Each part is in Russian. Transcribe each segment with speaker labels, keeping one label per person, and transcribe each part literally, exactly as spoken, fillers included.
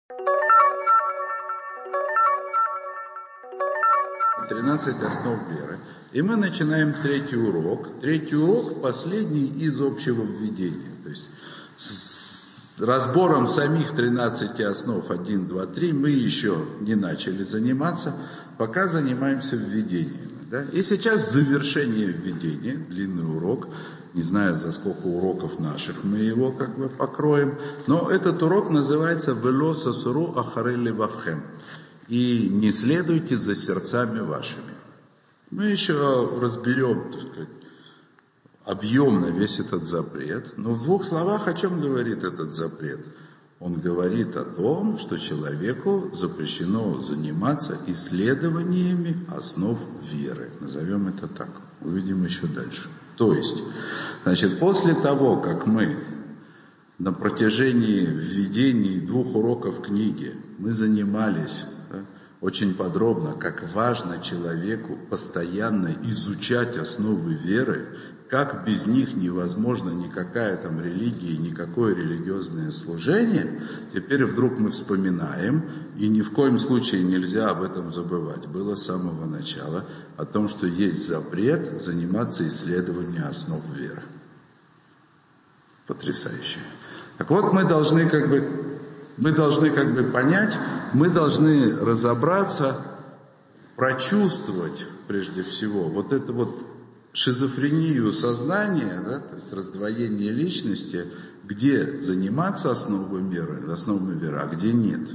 Speaker 1: тринадцать основ веры. И мы начинаем третий урок. Третий урок последний из общего введения. То есть с разбором самих тринадцати основ один, два, три мы еще не начали заниматься, пока занимаемся введением. Да? И сейчас завершение введения, длинный урок. Не знаю, за сколько уроков наших мы его как бы покроем. Но этот урок называется «Вело сосуру ахарей левавхем». И не следуйте за сердцами вашими. Мы еще разберем, так сказать, объемно весь этот запрет. Но в двух словах о чем говорит этот запрет? Он говорит о том, что человеку запрещено заниматься исследованиями основ веры. Назовем это так. Увидим еще дальше. То есть, значит, после того, как мы на протяжении введения двух уроков книги мы занимались да, очень подробно, как важно человеку постоянно изучать основы веры, как без них невозможно никакая там религия, никакое религиозное служение, теперь вдруг мы вспоминаем, и ни в коем случае нельзя об этом забывать. Было с самого начала о том, что есть запрет заниматься исследованием основ веры. Потрясающе. Так вот, мы должны как бы, мы должны как бы понять, мы должны разобраться, прочувствовать прежде всего вот это вот шизофрению сознания, да, то есть раздвоение личности, где заниматься основой веры, основами веры, а где нет.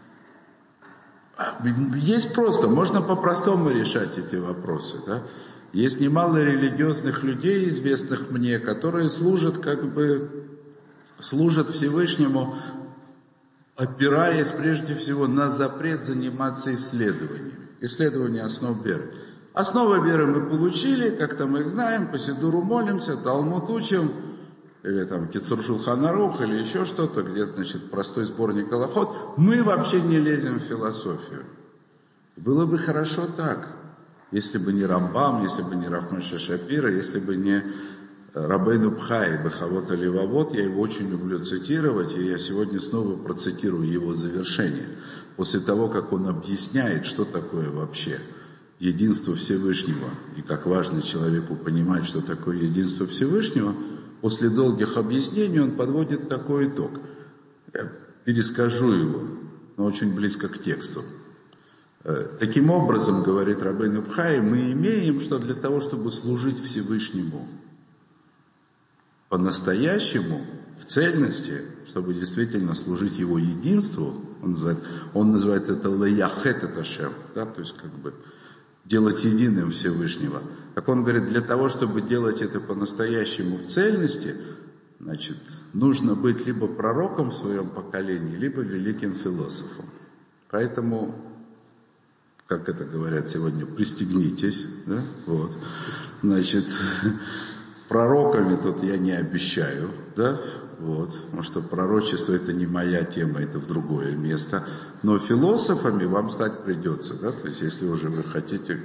Speaker 1: Есть просто, можно по-простому решать эти вопросы, да. Есть немало религиозных людей, известных мне, которые служат как бы, служат Всевышнему, опираясь прежде всего на запрет заниматься исследованиями, исследованием основ веры. Основы веры мы получили, как-то мы их знаем, по Сидуру молимся, Талмуд учим, или там Кицур Шулхан Арух, или еще что-то, где, значит, простой сборник Алахот. Мы вообще не лезем в философию. Было бы хорошо так, если бы не Рамбам, если бы не Рав Моше Шапира, если бы не Рабейну Бхай, Бехавот Аливавот, я его очень люблю цитировать, и я сегодня снова процитирую его завершение. После того, как он объясняет, что такое вообще единство Всевышнего, и как важно человеку понимать, что такое единство Всевышнего, после долгих объяснений он подводит такой итог. Я перескажу его, но очень близко к тексту. Таким образом, говорит Рабейну Бхай, мы имеем, что для того, чтобы служить Всевышнему по-настоящему, в цельности, чтобы действительно служить Его единству, он называет, он называет это «лаяхет это шем», да, то есть как бы делать единым Всевышнего. Так он говорит, для того, чтобы делать это по-настоящему в цельности, значит, нужно быть либо пророком в своем поколении, либо великим философом. Поэтому, как это говорят сегодня, пристегнитесь, да, вот, значит, пророками тут я не обещаю, да, вот, потому что пророчество это не моя тема, это в другое место, но философами вам стать придется, да, то есть если уже вы хотите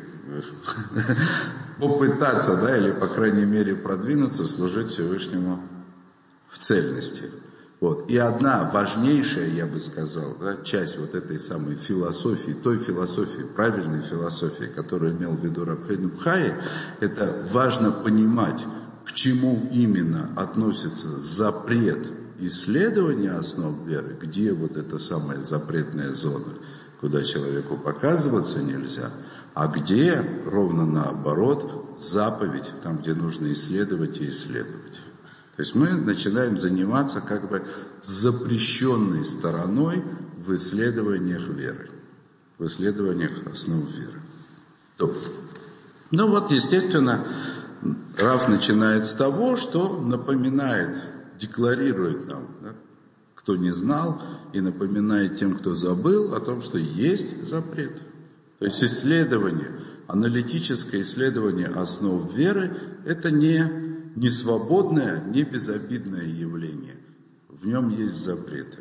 Speaker 1: попытаться, да, или по крайней мере продвинуться, служить Всевышнему в цельности. Вот. И одна важнейшая, я бы сказал, да, часть вот этой самой философии, той философии, правильной философии, которую имел в виду Рабейну Бхай, это важно понимать, к чему именно относится запрет исследования основ веры, где вот эта самая запретная зона, куда человеку показываться нельзя, а где, ровно наоборот, заповедь, там, где нужно исследовать и исследовать. То есть мы начинаем заниматься как бы запрещенной стороной в исследованиях веры, в исследованиях основ веры. То. Ну вот, естественно, Рав начинает с того, что напоминает, декларирует нам, да, кто не знал, и напоминает тем, кто забыл, о том, что есть запрет. То есть исследование, аналитическое исследование основ веры, это не, не свободное, не безобидное явление. В нем есть запреты.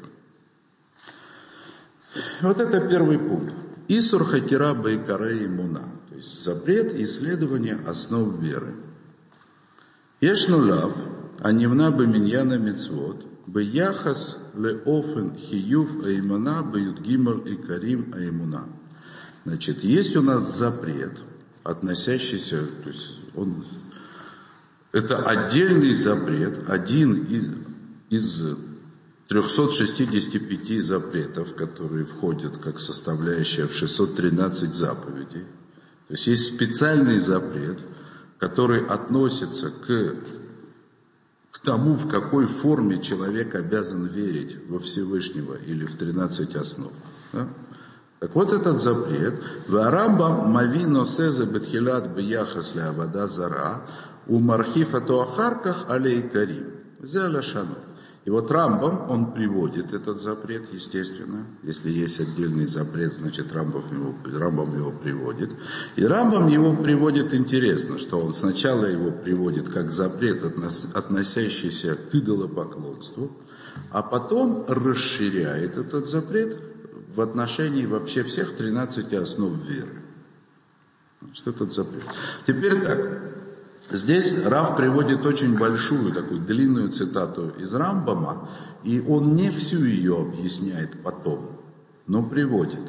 Speaker 1: Вот это первый пункт. Исур хатира бейкарей имуна. То есть запрет исследования основ веры. Ешнулав, анивна беминьяна мицвот, бияхас леофен хиюв аймана бьюдгимал и карим аймуна. Значит, есть у нас запрет, относящийся, то есть он, это отдельный запрет, один из, из трехсот шестидесяти пяти запретов, которые входят как составляющая в шестьсот тринадцать заповедей. То есть есть специальный запрет, который относится к, к тому, в какой форме человек обязан верить во Всевышнего или в тринадцать основ. Да? Так вот этот запрет, «Варамбам мавино сезе бетхилат бияхас ле авада зара, у мархифа туахарках алей карим». Зе аляшану. И вот Рамбам, он приводит этот запрет, естественно. Если есть отдельный запрет, значит Рамбам его, Рамбам его приводит. И Рамбам его приводит интересно, что он сначала его приводит как запрет, относящийся к идолопоклонству, а потом расширяет этот запрет в отношении вообще всех тринадцати основ веры. Значит, этот запрет. Теперь так. Здесь Рав приводит очень большую, такую длинную цитату из Рамбама, и он не всю ее объясняет потом, но приводит.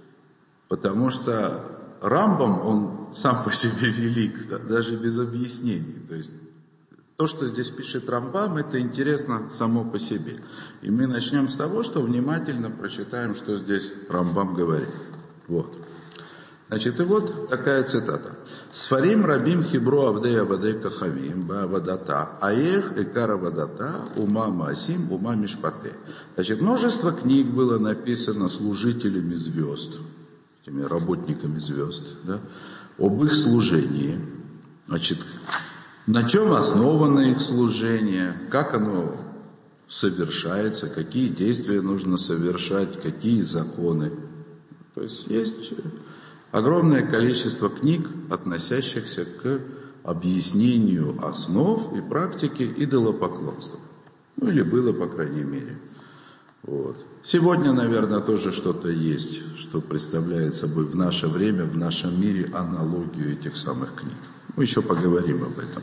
Speaker 1: Потому что Рамбам, он сам по себе велик, да, даже без объяснений. То есть то, что здесь пишет Рамбам, это интересно само по себе. И мы начнем с того, что внимательно прочитаем, что здесь Рамбам говорит. Вот. Значит, и вот такая цитата. «Сфарим рабим хибро авдей авадей кахавим ба авадата, аех экар авадата, ума маасим, ума мишпате». Значит, множество книг было написано служителями звезд, этими работниками звезд, да, об их служении. Значит, на чем основано их служение, как оно совершается, какие действия нужно совершать, какие законы. То есть есть огромное количество книг, относящихся к объяснению основ и практики идолопоклонства. Ну или было, по крайней мере. Вот. Сегодня, наверное, тоже что-то есть, что представляет собой в наше время, в нашем мире аналогию этих самых книг. Мы еще поговорим об этом.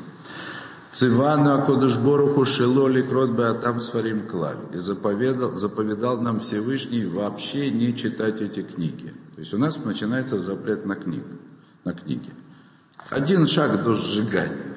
Speaker 1: Цивана Кодыш Боруху Шело Ликрот Беатам Сфарим Клаль. И заповедал, заповедал нам Всевышний вообще не читать эти книги. То есть у нас начинается запрет на книг, на книги. Один шаг до сжигания.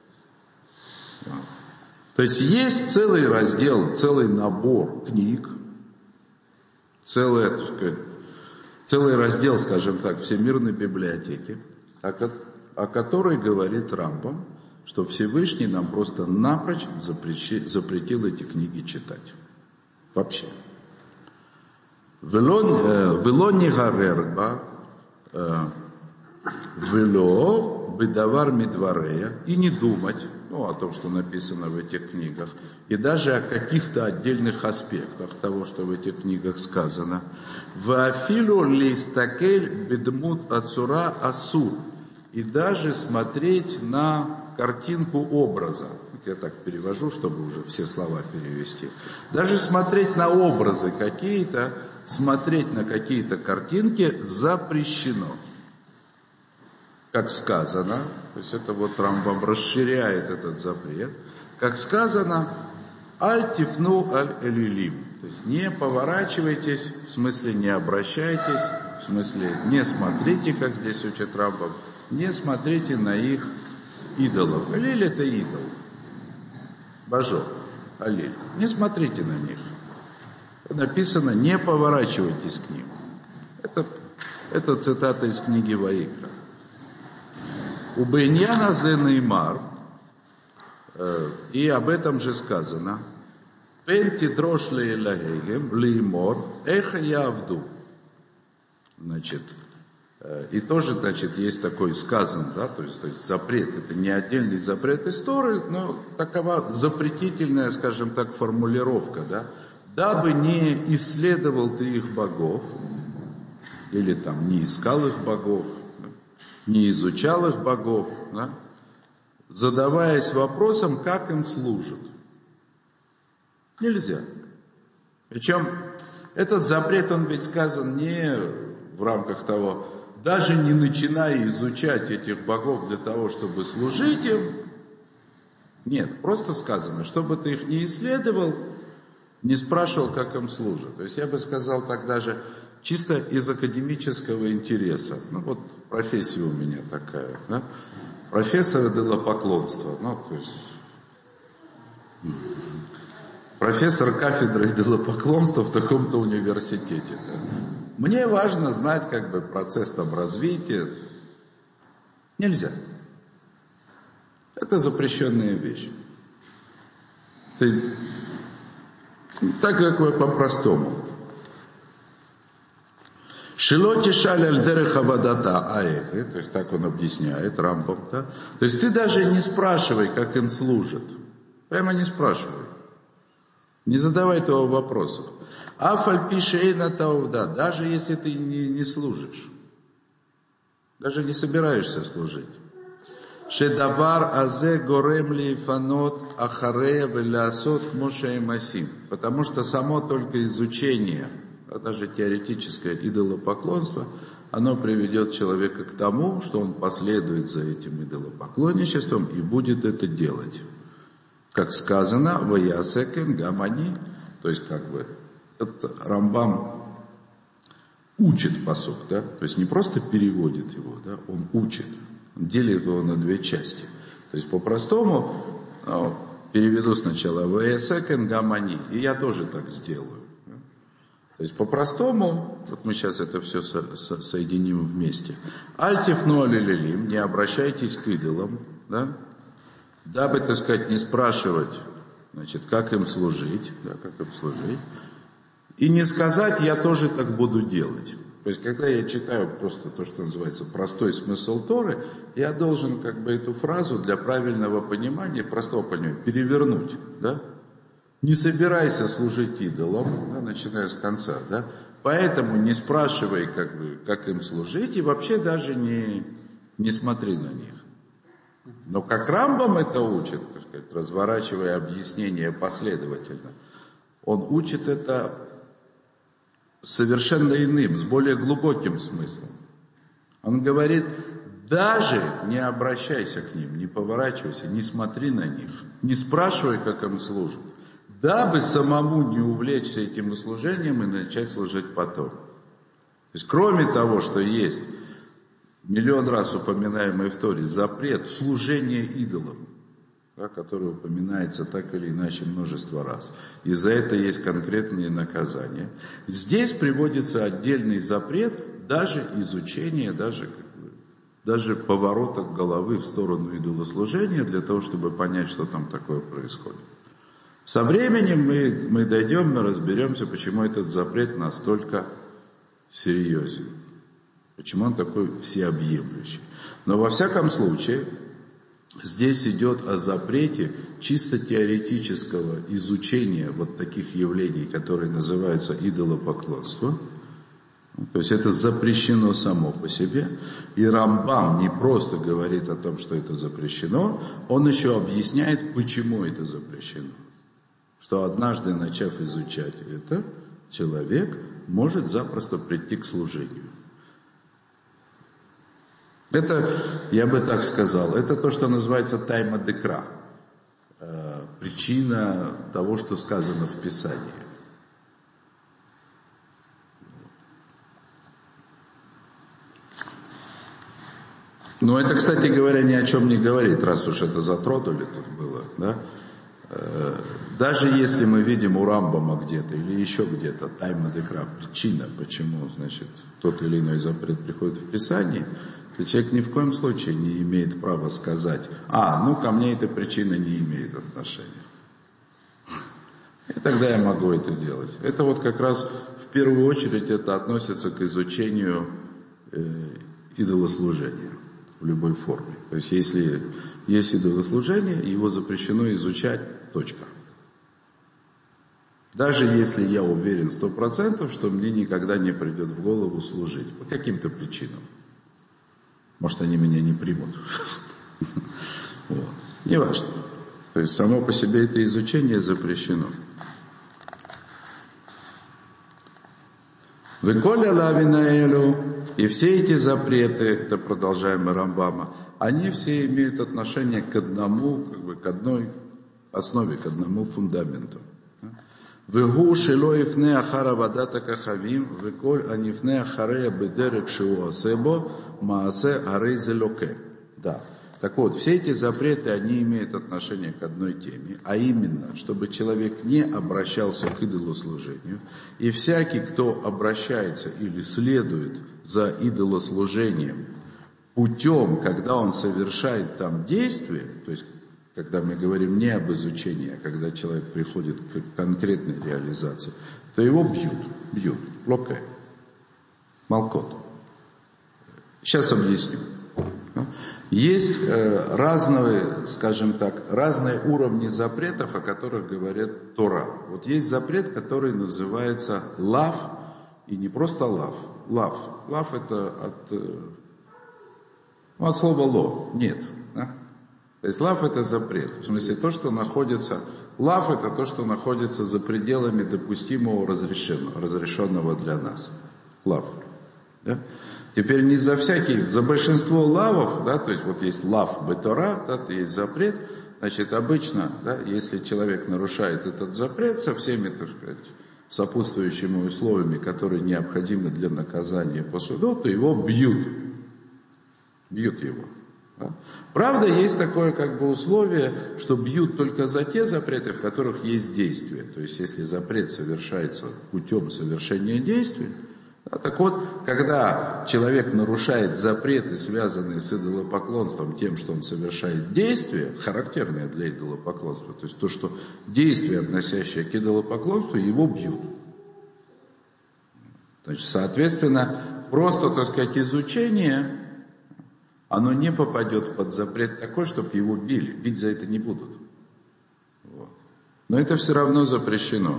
Speaker 1: То есть есть целый раздел, целый набор книг, целый, так сказать, целый раздел, скажем так, Всемирной библиотеки, о которой говорит Рамбам, что Всевышний нам просто напрочь запретил эти книги читать. Вообще. Вело не гарерба, вело бедавар мидварея, и не думать, ну, о том, что написано в этих книгах, и даже о каких-то отдельных аспектах того, что в этих книгах сказано. Вафилу листакель бедмут ацура асур, и даже смотреть на картинку образа. Я так перевожу, чтобы уже все слова перевести. Даже смотреть на образы какие-то, смотреть на какие-то картинки запрещено. Как сказано, то есть это вот Рамбам расширяет этот запрет, как сказано, аль-тифну аль-элилим, то есть не поворачивайтесь, в смысле не обращайтесь, в смысле не смотрите, как здесь учит Рамбам, не смотрите на их идолов. Элиль — это идол, божок, алиль. Не смотрите на них. Написано, не поворачивайтесь к ним. Это, это цитата из книги Ваикра. У Беньяна зе неймар, и об этом же сказано, «Пен тидрош лейлахегем леймор эха явду». Значит, и тоже, значит, есть такой сказан, да, то есть, то есть запрет, это не отдельный запрет из Торы, но такова запретительная, скажем так, формулировка, да, дабы не исследовал ты их богов, или там не искал их богов, не изучал их богов, да, задаваясь вопросом, как им служат. Нельзя. Причем этот запрет, он ведь сказан не в рамках того, даже не начиная изучать этих богов для того, чтобы служить им. Нет, просто сказано, чтобы ты их не исследовал, не спрашивал, как им служат. То есть я бы сказал так даже чисто из академического интереса. Ну вот профессия у меня такая, да? Профессор идолопоклонства, ну то есть профессор кафедры идолопоклонства в таком-то университете. Да? Мне важно знать как бы процесс там развития. Нельзя. Это запрещенная вещь. То есть, так как вы по-простому. Шилоти шаль аль дереха вадата аэхи, то есть так он объясняет, Рамбам, да? То есть ты даже не спрашивай, как им служат. Прямо не спрашивай. Не задавай этого вопроса. Афаль пишейна тауда, даже если ты не, не служишь. Даже не собираешься служить. Шедавар азе горем ли фанот ахарея велясот моше масим. Потому что само только изучение, а даже теоретическое идолопоклонство, оно приведет человека к тому, что он последует за этим идолопоклонничеством и будет это делать. Как сказано, ваясекен гамани, то есть как бы это Рамбам учит пасук, да, то есть не просто переводит его, да, он учит, он делит его на две части. То есть по-простому ну, переведу сначала ваясекен гамани, и я тоже так сделаю. Да? То есть по-простому, вот мы сейчас это все со- со- соединим вместе. Альтифну алилилим, не обращайтесь к идолам, да, дабы, так сказать, не спрашивать, значит, как им служить, да, как им служить, и не сказать, я тоже так буду делать. То есть, когда я читаю просто то, что называется простой смысл Торы, я должен как бы эту фразу для правильного понимания, простого понимания, перевернуть, да? Не собирайся служить идолам, да, начиная с конца, да? Поэтому не спрашивай, как бы, как им служить, и вообще даже не, не смотри на них. Но как Рамбам это учит, так сказать, разворачивая объяснение последовательно, он учит это совершенно иным, с более глубоким смыслом. Он говорит, даже не обращайся к ним, не поворачивайся, не смотри на них, не спрашивай, как им служат, дабы самому не увлечься этим служением и начать служить потом. То есть, кроме того, что есть миллион раз упоминаемый в Торе запрет служения идолам, да, который упоминается так или иначе множество раз. И за это есть конкретные наказания. Здесь приводится отдельный запрет даже изучения, даже, как бы, даже поворота головы в сторону идолослужения для того, чтобы понять, что там такое происходит. Со временем мы, мы дойдем, мы разберемся, почему этот запрет настолько серьезен. Почему он такой всеобъемлющий. Но во всяком случае, здесь идет о запрете чисто теоретического изучения вот таких явлений, которые называются идолопоклонство. То есть это запрещено само по себе. И Рамбам не просто говорит о том, что это запрещено, он еще объясняет, почему это запрещено. Что однажды, начав изучать это, человек может запросто прийти к служению. Это, я бы так сказал, это то, что называется тайма декра, э, причина того, что сказано в Писании. Но это, кстати говоря, ни о чем не говорит, раз уж это затронули тут было, да? Э, даже если мы видим у Рамбама где-то или еще где-то тайма декра, причина, почему, значит, тот или иной запрет приходит в Писании, то человек ни в коем случае не имеет права сказать, а, ну ко мне эта причина не имеет отношения. И тогда я могу это делать. Это вот как раз в первую очередь это относится к изучению э, идолослужения в любой форме. То есть если есть идолослужение, его запрещено изучать, точка. Даже если я уверен сто процентов, что мне никогда не придет в голову служить. По каким-то причинам. Может, они меня не примут. Вот. Неважно. То есть, само по себе это изучение запрещено. Веколя лавинаэлю, и все эти запреты, это продолжаем Рамбама, они все имеют отношение к одному, как бы к одной основе, к одному фундаменту. Вегу шело ифне ахара вадата кахавим, веколь анифне ахарея бедерек шиу асебо, маасе арей зелоке. Да. Так вот, все эти запреты, они имеют отношение к одной теме, а именно, чтобы человек не обращался к идолослужению, и всякий, кто обращается или следует за идолослужением путем, когда он совершает там действие, то есть, когда мы говорим не об изучении, а когда человек приходит к конкретной реализации, то его бьют, бьют, локе, малкот. Сейчас объясню. Есть э, разные, скажем так, разные уровни запретов, о которых говорит Тора. Вот есть запрет, который называется лав, и не просто лав. Лав. Лав это от, э, ну, от слова ло, нет. Да? То есть лав это запрет. В смысле то, что находится, лав это то, что находится за пределами допустимого разрешенного, разрешенного для нас. Лав. Да? Теперь не за всякий, за большинство лавов, да, то есть вот есть лав бетора, да, то есть запрет, значит обычно, да, если человек нарушает этот запрет со всеми, так сказать, сопутствующими условиями, которые необходимы для наказания по суду, то его бьют, бьют его. Да. Правда, есть такое как бы условие, что бьют только за те запреты, в которых есть действие, то есть если запрет совершается путем совершения действия. Да, так вот, когда человек нарушает запреты, связанные с идолопоклонством, тем, что он совершает действия, характерные для идолопоклонства, то есть то, что действие, относящее к идолопоклонству, его бьют. Значит, соответственно, просто, так сказать, изучение, оно не попадет под запрет такой, чтобы его били. Бить за это не будут. Вот. Но это все равно запрещено.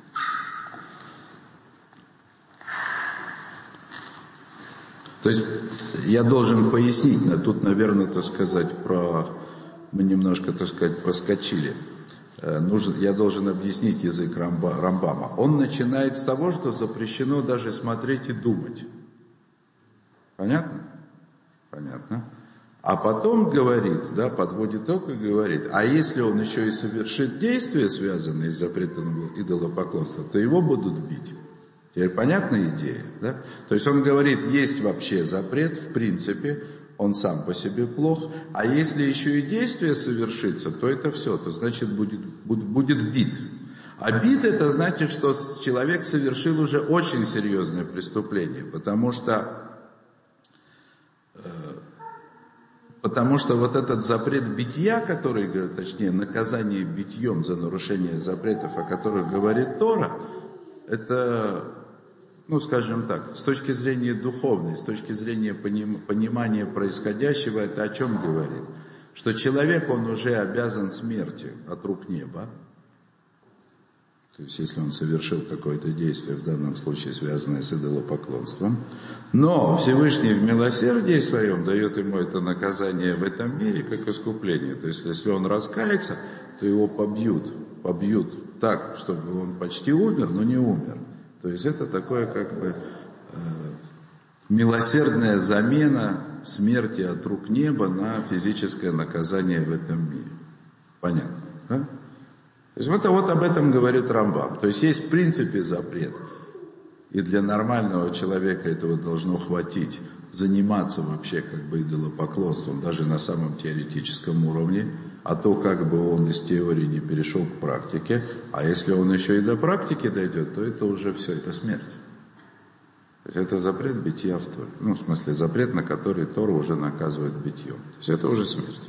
Speaker 1: То есть я должен пояснить, тут, наверное, так сказать, про мы немножко, так сказать, проскочили. Нужен, я должен объяснить язык Рамба, Рамбама. Он начинает с того, что запрещено даже смотреть и думать. Понятно? Понятно. А потом говорит, да, подводит итог и говорит, а если он еще и совершит действия, связанные с запретом идолопоклонства, то его будут бить. Теперь понятна идея, да? То есть он говорит, есть вообще запрет, в принципе, он сам по себе плох, а если еще и действие совершится, то это все, то значит будет, будет, будет бит. А бит это значит, что человек совершил уже очень серьезное преступление, потому что, э, потому что вот этот запрет битья, который, точнее, наказание битьем за нарушение запретов, о которых говорит Тора, это, ну, скажем так, с точки зрения духовной, с точки зрения поним, понимания происходящего, это о чем говорит? Что человек, он уже обязан смерти от рук неба. То есть, если он совершил какое-то действие, в данном случае связанное с идолопоклонством. Но Всевышний в милосердии своем дает ему это наказание в этом мире, как искупление. То есть, если он раскается, то его побьют, побьют так, чтобы он почти умер, но не умер. То есть это такое как бы э, милосердная замена смерти от рук неба на физическое наказание в этом мире. Понятно, да? То есть вот, вот об этом говорит Рамбам. То есть есть в принципе запрет. И для нормального человека этого должно хватить. Заниматься вообще как бы идолопоклонством, даже на самом теоретическом уровне. А то как бы он из теории не перешел к практике, а если он еще и до практики дойдет, то это уже все, это смерть. То есть это запрет битья в Торе. Ну, в смысле, запрет, на который Тора уже наказывает битьем. То есть это уже смерть.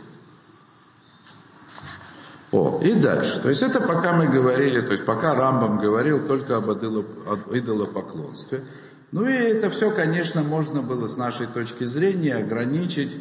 Speaker 1: О, и дальше. То есть это пока мы говорили, то есть пока Рамбам говорил только об идолопоклонстве. Ну и это все, конечно, можно было с нашей точки зрения ограничить,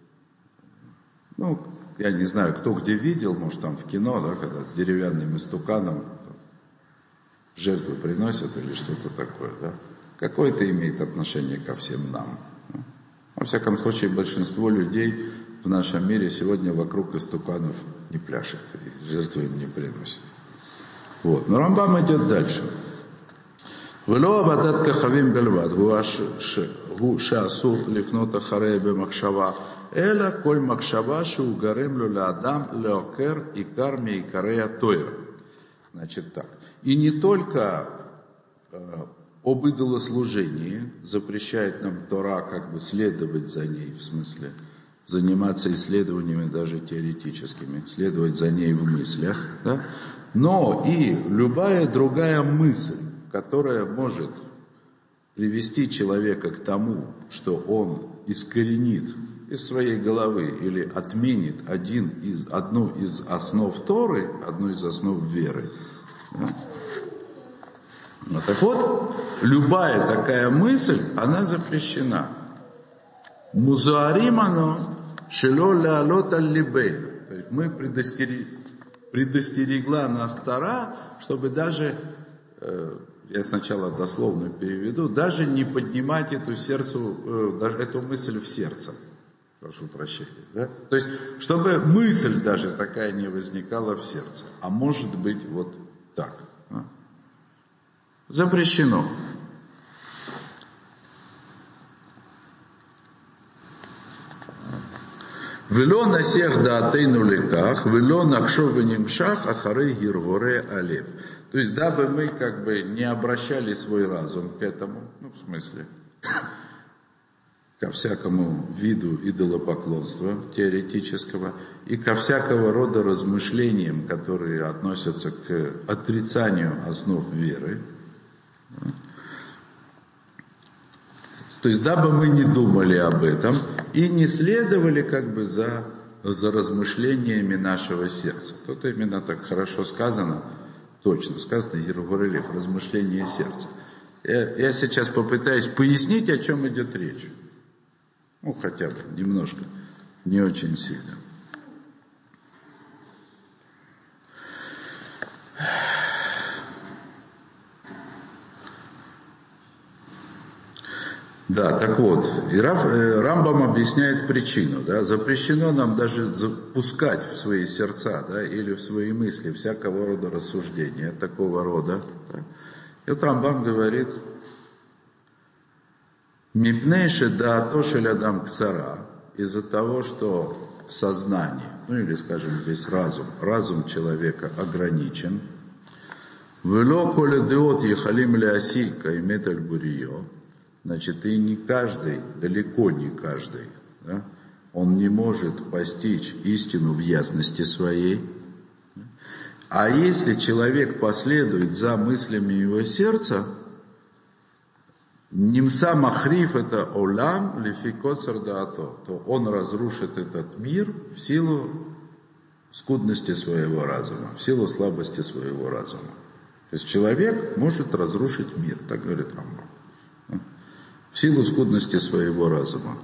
Speaker 1: ну, я не знаю, кто где видел, может там в кино, да, когда деревянным истуканом жертву приносят или что-то такое, да. Какое-то имеет отношение ко всем нам. Да? Во всяком случае, большинство людей в нашем мире сегодня вокруг истуканов не пляшет, и жертвы им не приносят. Вот. Но Рамбам идет дальше. ולא עבדת כחבים בלבד, הוא שאסור לפנות אחרי במחשבה, אלא כל מחשבה שהוא גרם לו לאדם לעוקר עיקר מעיקרי התורה. Значит так. И не только э, об идолослужении запрещает нам Тора как бы следовать за ней, в смысле заниматься исследованиями даже теоретическими, следовать за ней в мыслях, да? Но и любая другая мысль, которая может привести человека к тому, что он искоренит из своей головы или отменит один из, одну из основ Торы, одну из основ веры. Да? Ну, так вот, любая такая мысль, она запрещена. Музуаримано шело леалот аль-либейну. То есть мы предостерег, предостерегла нас Тора, чтобы даже, э, я сначала дословно переведу, даже не поднимать эту сердцу, э, даже эту мысль в сердце. Прошу прощения, да? То есть, чтобы мысль даже такая не возникала в сердце. А может быть вот так. А? Запрещено. Вело насех даатейну леках, вело нахшов венимшах ахарей гирворе алев. То есть, дабы мы как бы не обращали свой разум к этому, ну, в смысле, ко всякому виду идолопоклонства теоретического и ко всякого рода размышлениям, которые относятся к отрицанию основ веры. То есть, дабы мы не думали об этом и не следовали как бы за, за размышлениями нашего сердца. Тут именно так хорошо сказано, точно сказано, Гирворелев, размышление сердца. Я, я сейчас попытаюсь пояснить, о чем идет речь. Ну, хотя бы немножко, не очень сильно. Да, так вот, и Рамбам объясняет причину, да, запрещено нам даже запускать в свои сердца, да, или в свои мысли всякого рода рассуждения, такого рода, да. И вот Рамбам говорит, «Мипнейши да атошель адам кцара», из-за того, что сознание, ну или, скажем, весь разум, разум человека ограничен, «Вело коле деот ехалим ляси каймет аль бурио», значит, и не каждый, далеко не каждый, да, он не может постичь истину в ясности своей. А если человек последует за мыслями его сердца, немца махриф это олам лификот сардаато, то он разрушит этот мир в силу скудности своего разума, в силу слабости своего разума. То есть человек может разрушить мир, так говорит Рамбам. В силу скудности своего разума.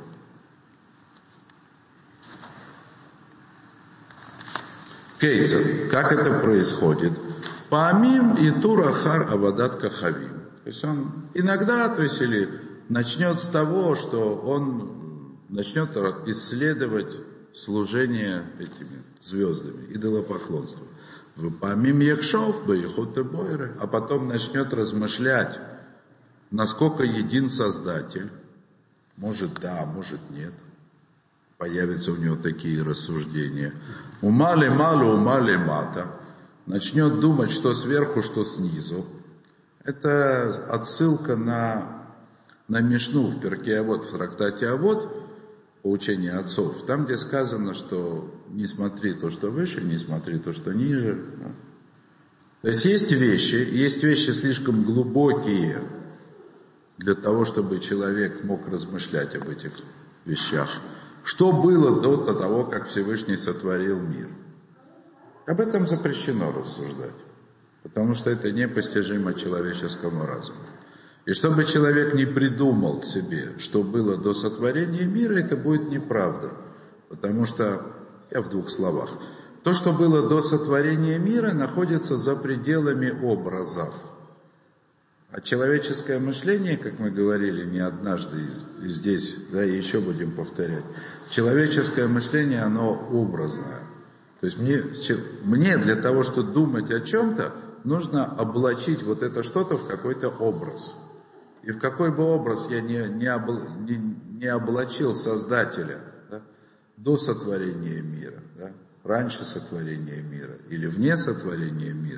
Speaker 1: Кейцер, как это происходит? Паамим и турахар авадат кахавим. То есть он иногда, то есть или начнет с того, что он начнет исследовать служение этими звездами, идолопоклонством. Паамим ехшов баихоте бойре, а потом начнет размышлять, насколько един Создатель, может да, может нет, появятся у него такие рассуждения. Умали малу, умали мата, начнет думать, что сверху, что снизу. Это отсылка на, на Мишну в Перке Авот, в трактате Авот, поучение отцов, там, где сказано, что не смотри то, что выше, не смотри то, что ниже. То есть есть вещи, есть вещи слишком глубокие, для того, чтобы человек мог размышлять об этих вещах. Что было до того, как Всевышний сотворил мир? Об этом запрещено рассуждать, потому что это непостижимо человеческому разуму. И чтобы человек не придумал себе, что было до сотворения мира, это будет неправда. Потому что, я в двух словах, то, что было до сотворения мира, находится за пределами образов. А человеческое мышление, как мы говорили не однажды и здесь, да, и еще будем повторять, человеческое мышление, оно образное. То есть мне, мне для того, чтобы думать о чем-то, нужно облачить вот это что-то в какой-то образ. И в какой бы образ я не, не, обл, не, не облачил Создателя, да, до сотворения мира, да, раньше сотворения мира или вне сотворения мира,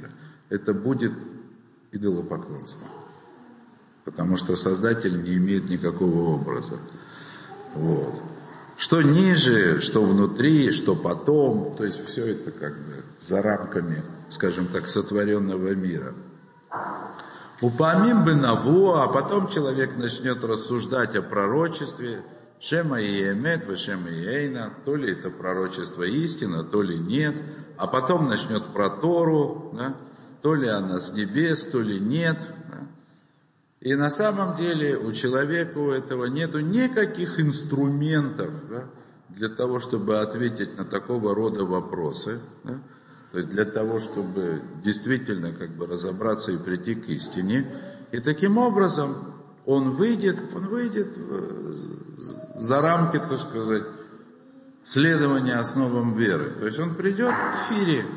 Speaker 1: это будет идолопоклонство. Потому что Создатель не имеет никакого образа. Вот. Что ниже, что внутри, что потом, то есть все это как бы за рамками, скажем так, сотворенного мира. Упомим бы наво, а потом человек начнет рассуждать о пророчестве, шема и эмет, вы шема и эйна, то ли это пророчество истина, то ли нет, а потом начнет про Тору, да, то ли она с небес, то ли нет. Да. И на самом деле у человека у этого нету никаких инструментов, да, для того, чтобы ответить на такого рода вопросы, да. То есть для того, чтобы действительно как бы разобраться и прийти к истине. И таким образом он выйдет, он выйдет за рамки, так сказать, следования основам веры. То есть он придет к фире,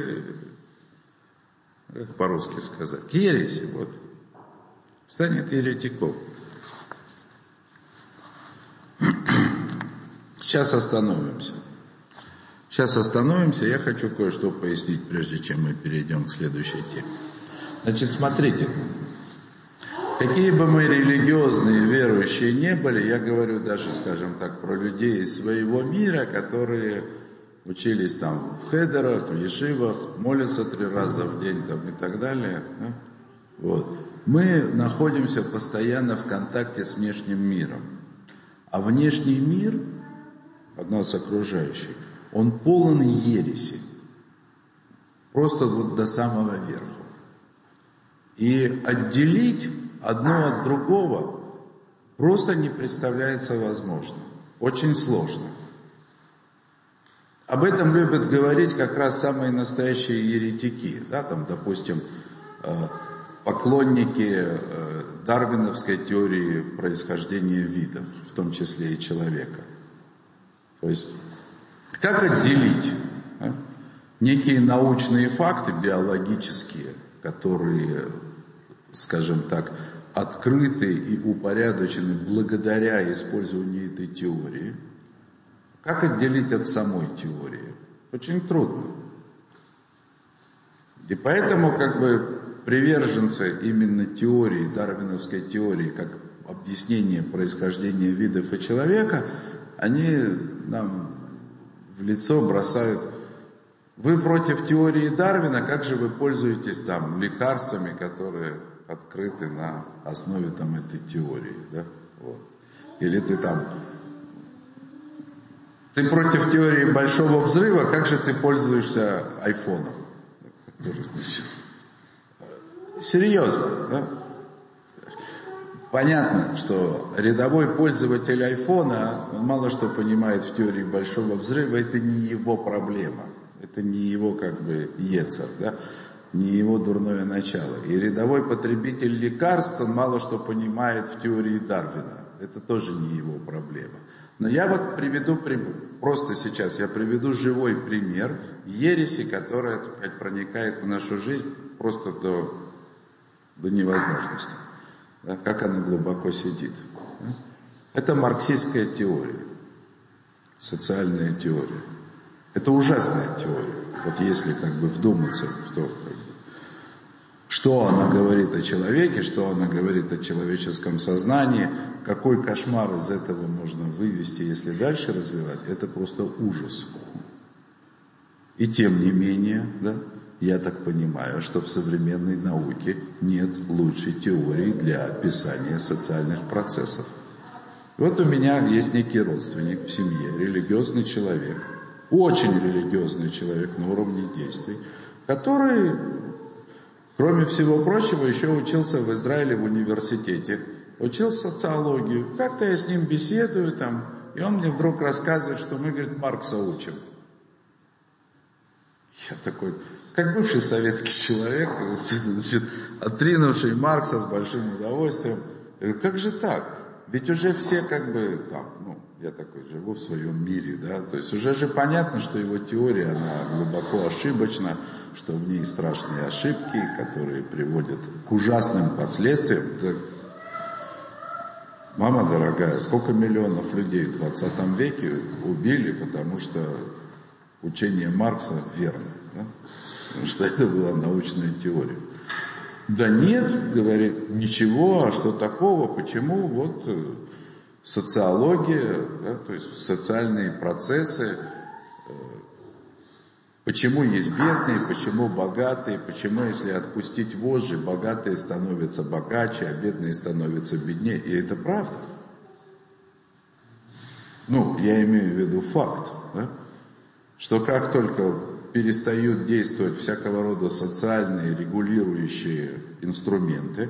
Speaker 1: как по-русски сказать, к ереси, вот, станет еретиком. Сейчас остановимся. Сейчас остановимся, я хочу кое-что пояснить, прежде чем мы перейдем к следующей теме. Значит, смотрите, какие бы мы религиозные верующие не были, я говорю даже, скажем так, про людей из своего мира, которые учились там в хедерах, в ешивах, молятся три раза в день там, и так далее. Да? Вот. Мы находимся постоянно в контакте с внешним миром. А внешний мир, от нас окружающий, он полон ереси, просто вот до самого верха. И отделить одно от другого просто не представляется возможным, очень сложно. Об этом любят говорить как раз самые настоящие еретики, да, там, допустим, поклонники дарвиновской теории происхождения видов, в том числе и человека. То есть как отделить а, некие научные факты биологические, которые, скажем так, открыты и упорядочены благодаря использованию этой теории, как отделить от самой теории? Очень трудно. И поэтому как бы приверженцы именно теории, дарвиновской теории, как объяснение происхождения видов и человека, они нам в лицо бросают: вы против теории Дарвина, как же вы пользуетесь там лекарствами, которые открыты на основе там этой теории, да? Вот. Или ты там, ты против теории Большого Взрыва, как же ты пользуешься айфоном? Серьезно, да? Понятно, что рядовой пользователь айфона, он мало что понимает в теории Большого Взрыва, это не его проблема, это не его как бы ецер, да? Не его дурное начало. И рядовой потребитель лекарств, он мало что понимает в теории Дарвина, это тоже не его проблема. Но я вот приведу, просто сейчас я приведу живой пример ереси, которая проникает в нашу жизнь просто до, до невозможности. Да, как она глубоко сидит. Это марксистская теория, социальная теория. Это ужасная теория. Вот если как бы вдуматься в то, как бы, что она говорит о человеке, что она говорит о человеческом сознании, какой кошмар из этого можно вывести, если дальше развивать, это просто ужас. И тем не менее, да, я так понимаю, что в современной науке нет лучшей теории для описания социальных процессов. Вот у меня есть некий родственник в семье, религиозный человек, очень религиозный человек на уровне действий, который, кроме всего прочего, еще учился в Израиле в университете, учил социологию. Как-то я с ним беседую там, и он мне вдруг рассказывает, что мы, говорит, Маркса учим. Я такой, как бывший советский человек, значит, отринувший Маркса с большим удовольствием, я говорю, как же так? Ведь уже все как бы там, ну, я такой живу в своем мире, да, то есть уже же понятно, что его теория, она глубоко ошибочна, что в ней страшные ошибки, которые приводят к ужасным последствиям. Да. Мама дорогая, сколько миллионов людей в двадцатом веке убили, потому что учение Маркса верно, да? потому что это была научная теория. Да нет, говорит, ничего, а что такого, почему, вот социология, да, то есть социальные процессы, почему есть бедные, почему богатые, почему, если отпустить вожжи, богатые становятся богаче, а бедные становятся беднее. И это правда. Ну, я имею в виду факт, да? Что как только перестают действовать всякого рода социальные регулирующие инструменты,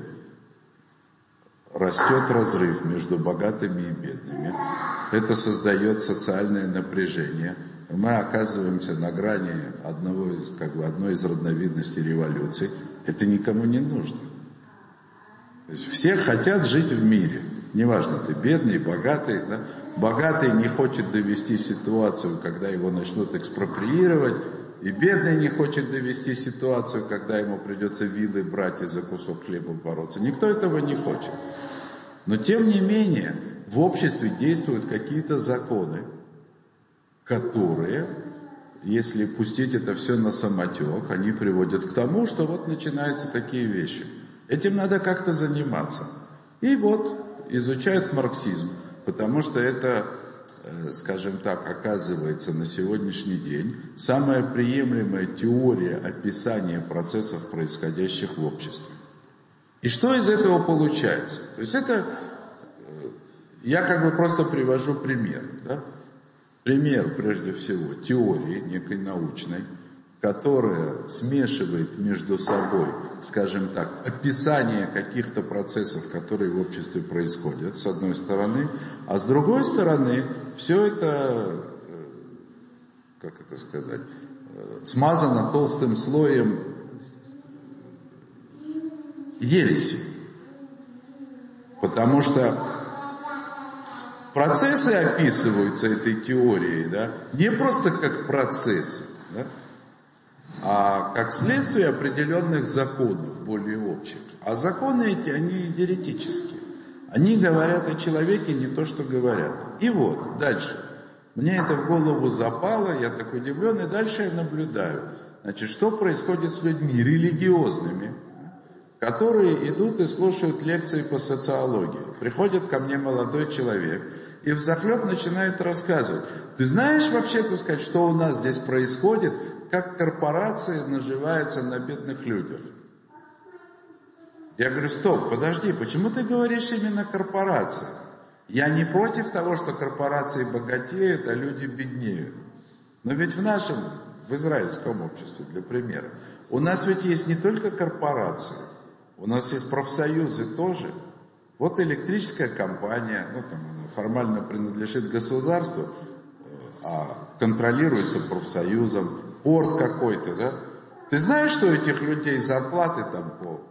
Speaker 1: растет разрыв между богатыми и бедными. Это создает социальное напряжение. Мы оказываемся на грани одного из, как бы, одной из разновидностей революции. Это никому не нужно. То есть все хотят жить в мире. Неважно, ты бедный, богатый. Да? Богатый не хочет довести ситуацию, когда его начнут экспроприировать. И бедный не хочет довести ситуацию, когда ему придется вилы брать и за кусок хлеба бороться. Никто этого не хочет. Но тем не менее, в обществе действуют какие-то законы, которые, если пустить это все на самотек, они приводят к тому, что вот начинаются такие вещи. Этим надо как-то заниматься. И вот изучают марксизм, потому что это, скажем так, оказывается на сегодняшний день самая приемлемая теория описания процессов, происходящих в обществе. И что из этого получается? То есть это, я как бы просто привожу пример, да? Пример, прежде всего, теории некой научной, которая смешивает между собой, скажем так, описание каких-то процессов, которые в обществе происходят, с одной стороны, а с другой стороны, все это, как это сказать, смазано толстым слоем ереси. Потому что процессы описываются этой теорией, да, не просто как процессы, да, а как следствие определенных законов, более общих. А законы эти, они еретические. Они говорят о человеке не то, что говорят. И вот, дальше. Мне это в голову запало, я так удивлен, и дальше я наблюдаю. Значит, что происходит с людьми религиозными, которые идут и слушают лекции по социологии. Приходит ко мне молодой человек и взахлеб начинает рассказывать. Ты знаешь вообще, так сказать, что у нас здесь происходит, как корпорации наживаются на бедных людях? Я говорю, стоп, подожди, почему ты говоришь именно корпорации? Я не против того, что корпорации богатеют, а люди беднеют. Но ведь в нашем, в израильском обществе, для примера, у нас ведь есть не только корпорации, у нас есть профсоюзы тоже. Вот электрическая компания, ну там она формально принадлежит государству, а контролируется профсоюзом, порт какой-то, да? Ты знаешь, что у этих людей зарплаты там по,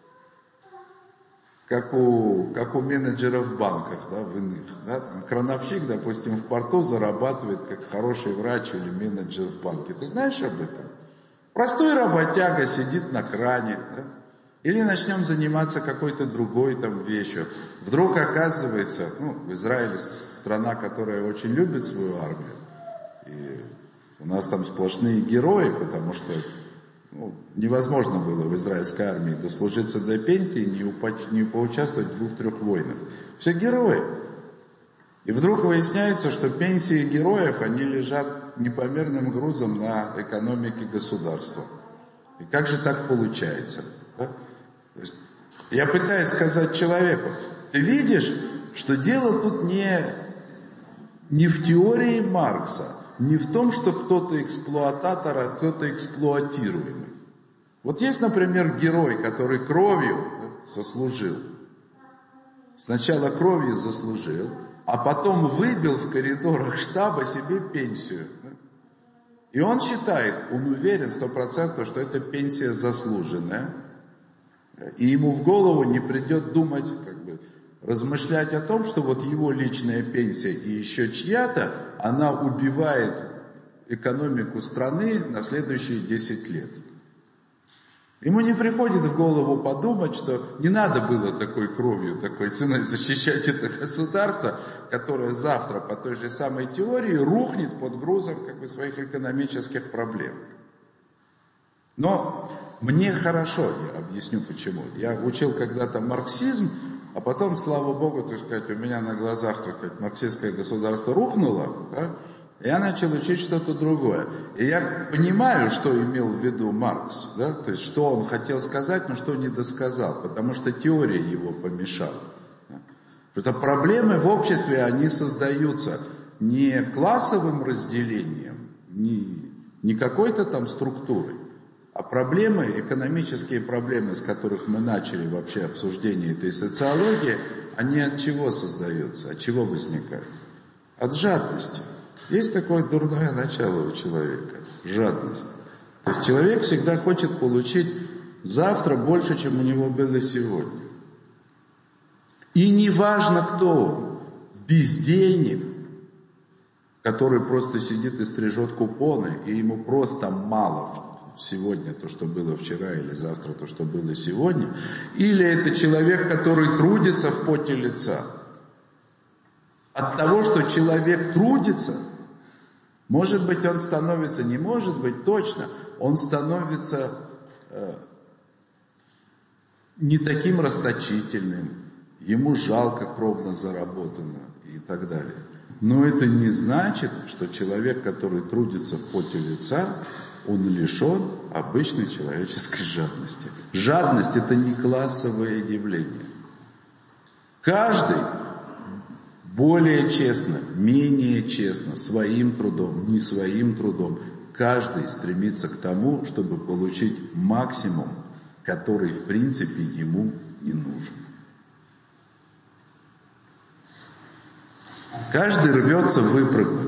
Speaker 1: как у, как у менеджеров в банках, да, в иных, да? Там крановщик, допустим, в порту зарабатывает как хороший врач или менеджер в банке. Ты знаешь об этом? Простой работяга сидит на кране, да? Или начнем заниматься какой-то другой там вещью. Вдруг оказывается, ну, в Израиле страна, которая очень любит свою армию, и у нас там сплошные герои, потому что ну, невозможно было в израильской армии дослужиться до пенсии и не, упоч- не поучаствовать в двух-трех войнах. Все герои. И вдруг выясняется, что пенсии героев, они лежат непомерным грузом на экономике государства. И как же так получается? Да? То есть, я пытаюсь сказать человеку, ты видишь, что дело тут не, не в теории Маркса, не в том, что кто-то эксплуататор, а кто-то эксплуатируемый. Вот есть, например, герой, который кровью да, заслужил. Сначала кровью заслужил, а потом выбил в коридорах штаба себе пенсию. Да? И он считает, он уверен сто процентов, что эта пенсия заслуженная. И ему в голову не придет думать, как бы, размышлять о том, что вот его личная пенсия и еще чья-то, она убивает экономику страны на следующие десять лет. Ему не приходит в голову подумать, что не надо было такой кровью, такой ценой защищать это государство, которое завтра по той же самой теории рухнет под грузом как бы, своих экономических проблем. Но мне хорошо, я объясню почему. Я учил когда-то марксизм, а потом, слава Богу, так сказать, у меня на глазах, так сказать, марксистское государство рухнуло, да? Я начал учить что-то другое. И я понимаю, что имел в виду Маркс, да? То есть, что он хотел сказать, но что не досказал, потому что теория его помешала. Да? Что проблемы в обществе, они создаются не классовым разделением, не, не какой-то там структурой, а проблемы, экономические проблемы, с которых мы начали вообще обсуждение этой социологии, они от чего создаются, от чего возникают? От жадности. Есть такое дурное начало у человека – жадность. То есть человек всегда хочет получить завтра больше, чем у него было сегодня. И не важно, кто он – бездельник, который просто сидит и стрижет купоны, и ему просто мало сегодня то, что было вчера, или завтра то, что было сегодня, или это человек, который трудится в поте лица. От того, что человек трудится, может быть, он становится, не может быть, точно, он становится э, не таким расточительным, ему жалко кровно заработано и так далее. Но это не значит, что человек, который трудится в поте лица, он лишен обычной человеческой жадности. Жадность – это не классовое явление. Каждый более честно, менее честно, своим трудом, не своим трудом, каждый стремится к тому, чтобы получить максимум, который в принципе ему не нужен. Каждый рвется выпрыгнуть.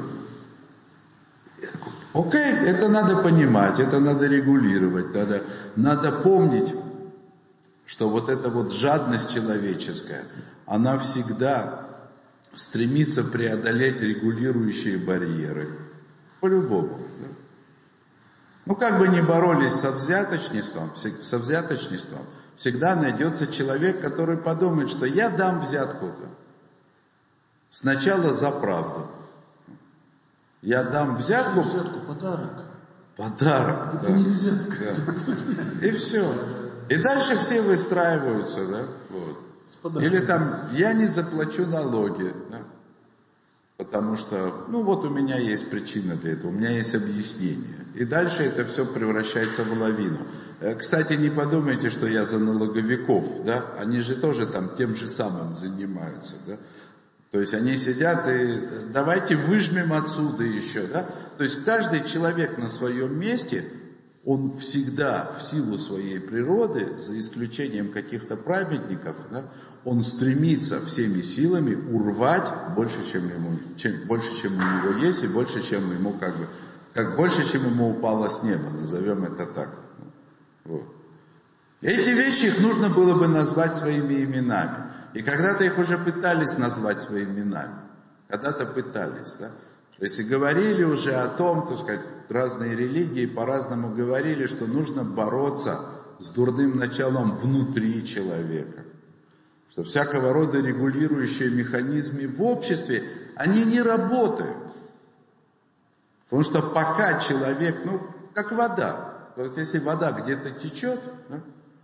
Speaker 1: Окей, это надо понимать, это надо регулировать, надо, надо помнить, что вот эта вот жадность человеческая, она всегда стремится преодолеть регулирующие барьеры. По-любому. Да? Ну, как бы ни боролись со взяточничеством, со взяточничеством, всегда найдется человек, который подумает, что я дам взятку-то. Сначала за правду. Я дам взятку.
Speaker 2: Взятку, подарок.
Speaker 1: Подарок,
Speaker 2: это
Speaker 1: да.
Speaker 2: Не взятка.
Speaker 1: Да. И все. И дальше все выстраиваются, да. Вот. Или там, я не заплачу налоги, да. Потому что, ну вот у меня есть причина для этого, у меня есть объяснение. И дальше это все превращается в лавину. Кстати, не подумайте, что я за налоговиков, да. Они же тоже там тем же самым занимаются, да. То есть они сидят и давайте выжмем отсюда еще, да. То есть каждый человек на своем месте, он всегда в силу своей природы, за исключением каких-то праведников, да, он стремится всеми силами урвать больше, чем ему, чем, больше, чем у него есть, и больше, чем ему как бы, как больше, чем ему упало с неба, назовем это так. Вот. Эти вещи их нужно было бы назвать своими именами. И когда-то их уже пытались назвать своими именами. Когда-то пытались, да. То есть и говорили уже о том, так сказать, разные религии по-разному говорили, что нужно бороться с дурным началом внутри человека. Что всякого рода регулирующие механизмы в обществе, они не работают. Потому что пока человек, ну, как вода. Вот если вода где-то течет, да,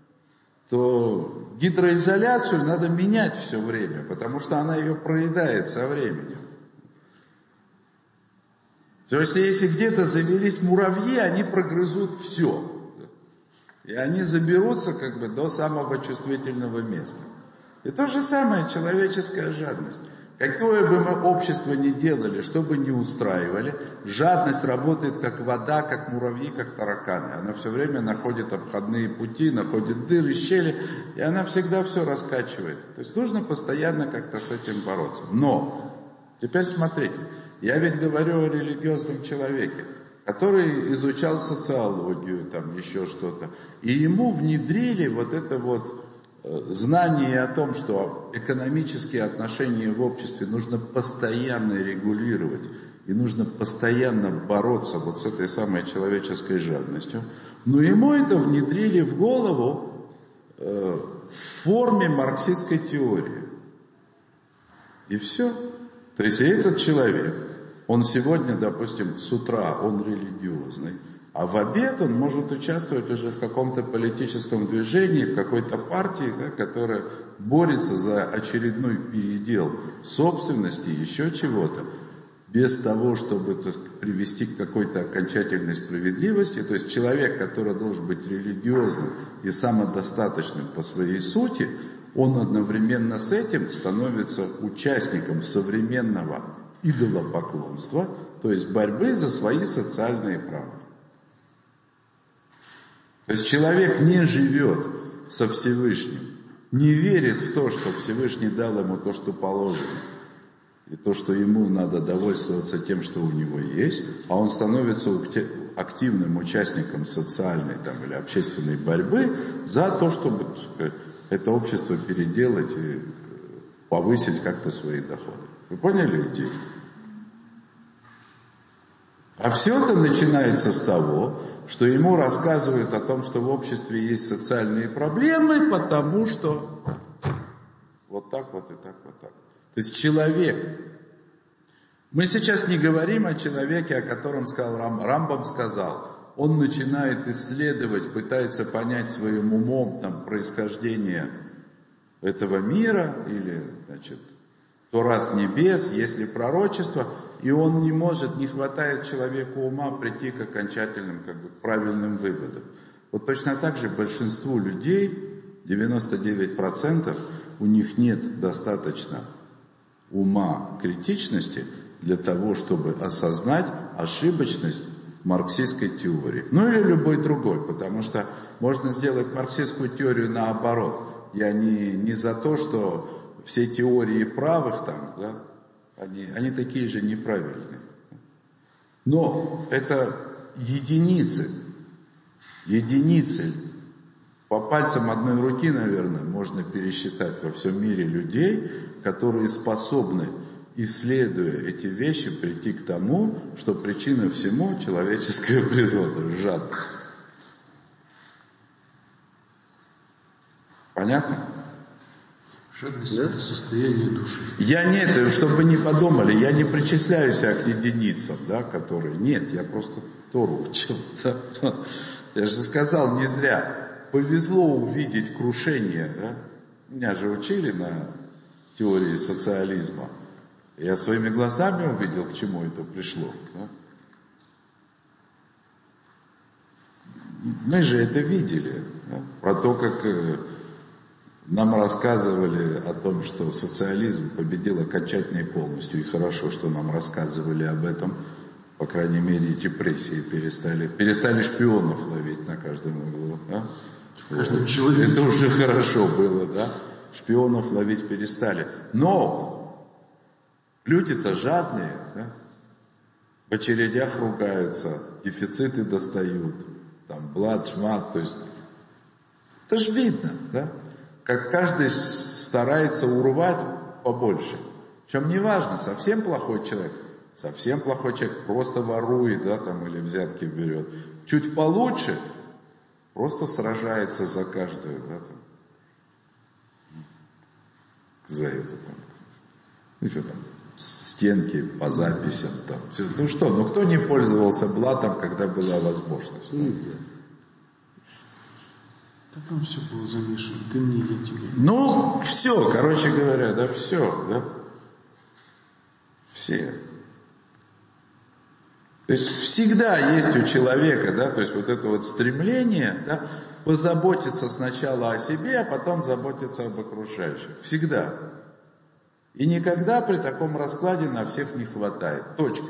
Speaker 1: то гидроизоляцию надо менять все время, потому что она ее проедает со временем. То есть, если где-то завелись муравьи, они прогрызут все. И они заберутся как бы до самого чувствительного места. И то же самое человеческая жадность. Какое бы мы общество ни делали, что бы ни устраивали, жадность работает как вода, как муравьи, как тараканы. Она все время находит обходные пути, находит дыры, щели, и она всегда все раскачивает. То есть нужно постоянно как-то с этим бороться. Но, теперь смотрите, я ведь говорю о религиозном человеке, который изучал социологию, там еще что-то, и ему внедрили вот это вот знание о том, что экономические отношения в обществе нужно постоянно регулировать и нужно постоянно бороться вот с этой самой человеческой жадностью, но ему это внедрили в голову э, в форме марксистской теории. И все. То есть этот человек, он сегодня, допустим, с утра, он религиозный, А в обед он может участвовать уже в каком-то политическом движении, в какой-то партии, да, которая борется за очередной передел собственности, еще чего-то, без того, чтобы так, привести к какой-то окончательной справедливости. То есть человек, который должен быть религиозным и самодостаточным по своей сути, он одновременно с этим становится участником современного идолопоклонства, то есть борьбы за свои социальные права. То есть человек не живет со Всевышним, не верит в то, что Всевышний дал ему то, что положено, и то, что ему надо довольствоваться тем, что у него есть, а он становится активным участником социальной там, или общественной борьбы за то, чтобы это общество переделать и повысить как-то свои доходы. Вы поняли идею? А все это начинается с того, что ему рассказывают о том, что в обществе есть социальные проблемы, потому что вот так вот и так вот так. То есть человек, мы сейчас не говорим о человеке, о котором сказал Рам, Рамбам сказал, он начинает исследовать, пытается понять своим умом там, происхождение этого мира, или, значит, Тора с небес, есть ли пророчество, и он не может, не хватает человеку ума прийти к окончательным, как бы, правильным выводам. Вот точно так же большинству людей, девяносто девять процентов, у них нет достаточно ума критичности для того, чтобы осознать ошибочность марксистской теории. Ну или любой другой, потому что можно сделать марксистскую теорию наоборот. Я не, не за то, что все теории правых там, да, они, они такие же неправильные. Но это единицы, единицы. По пальцам одной руки, наверное, можно пересчитать во всем мире людей, которые способны, исследуя эти вещи, прийти к тому, что причина всему человеческая природа, жадность. Понятно?
Speaker 2: Жадность — да? Это состояние души.
Speaker 1: Я нет, чтобы вы не подумали, я не причисляю себя к единицам, да, которые... Нет, я просто Тору учил. Да? Я же сказал, не зря. Повезло увидеть крушение, да? Меня же учили на теории социализма. Я своими глазами увидел, к чему это пришло. Да? Мы же это видели. Да? Про то, как нам рассказывали о том, что социализм победил окончательно и полностью. И хорошо, что нам рассказывали об этом. По крайней мере, депрессии перестали. Перестали шпионов ловить на каждом углу. Да?
Speaker 2: Каждом человеке.
Speaker 1: Это уже хорошо было, да? Шпионов ловить перестали. Но люди-то жадные, да? В очередях ругаются, дефициты достают, там, блат, шмат, то есть, это же видно, да? Как каждый старается урвать побольше. Причем не важно, совсем плохой человек, совсем плохой человек просто ворует, да, там, или взятки берет. Чуть получше, просто сражается за каждую, да, там, за эту, там, ну что там, стенки по записям, там, все, ну что, ну кто не пользовался блатом, когда была возможность?
Speaker 2: Нельзя. Да там все было замешано, ты мне, я тебе.
Speaker 1: Ну, все, короче говоря, да, все, да, все. То есть всегда есть у человека, да, то есть вот это вот стремление, да, позаботиться сначала о себе, а потом заботиться об окружающих. Всегда. И никогда при таком раскладе на всех не хватает. Точка.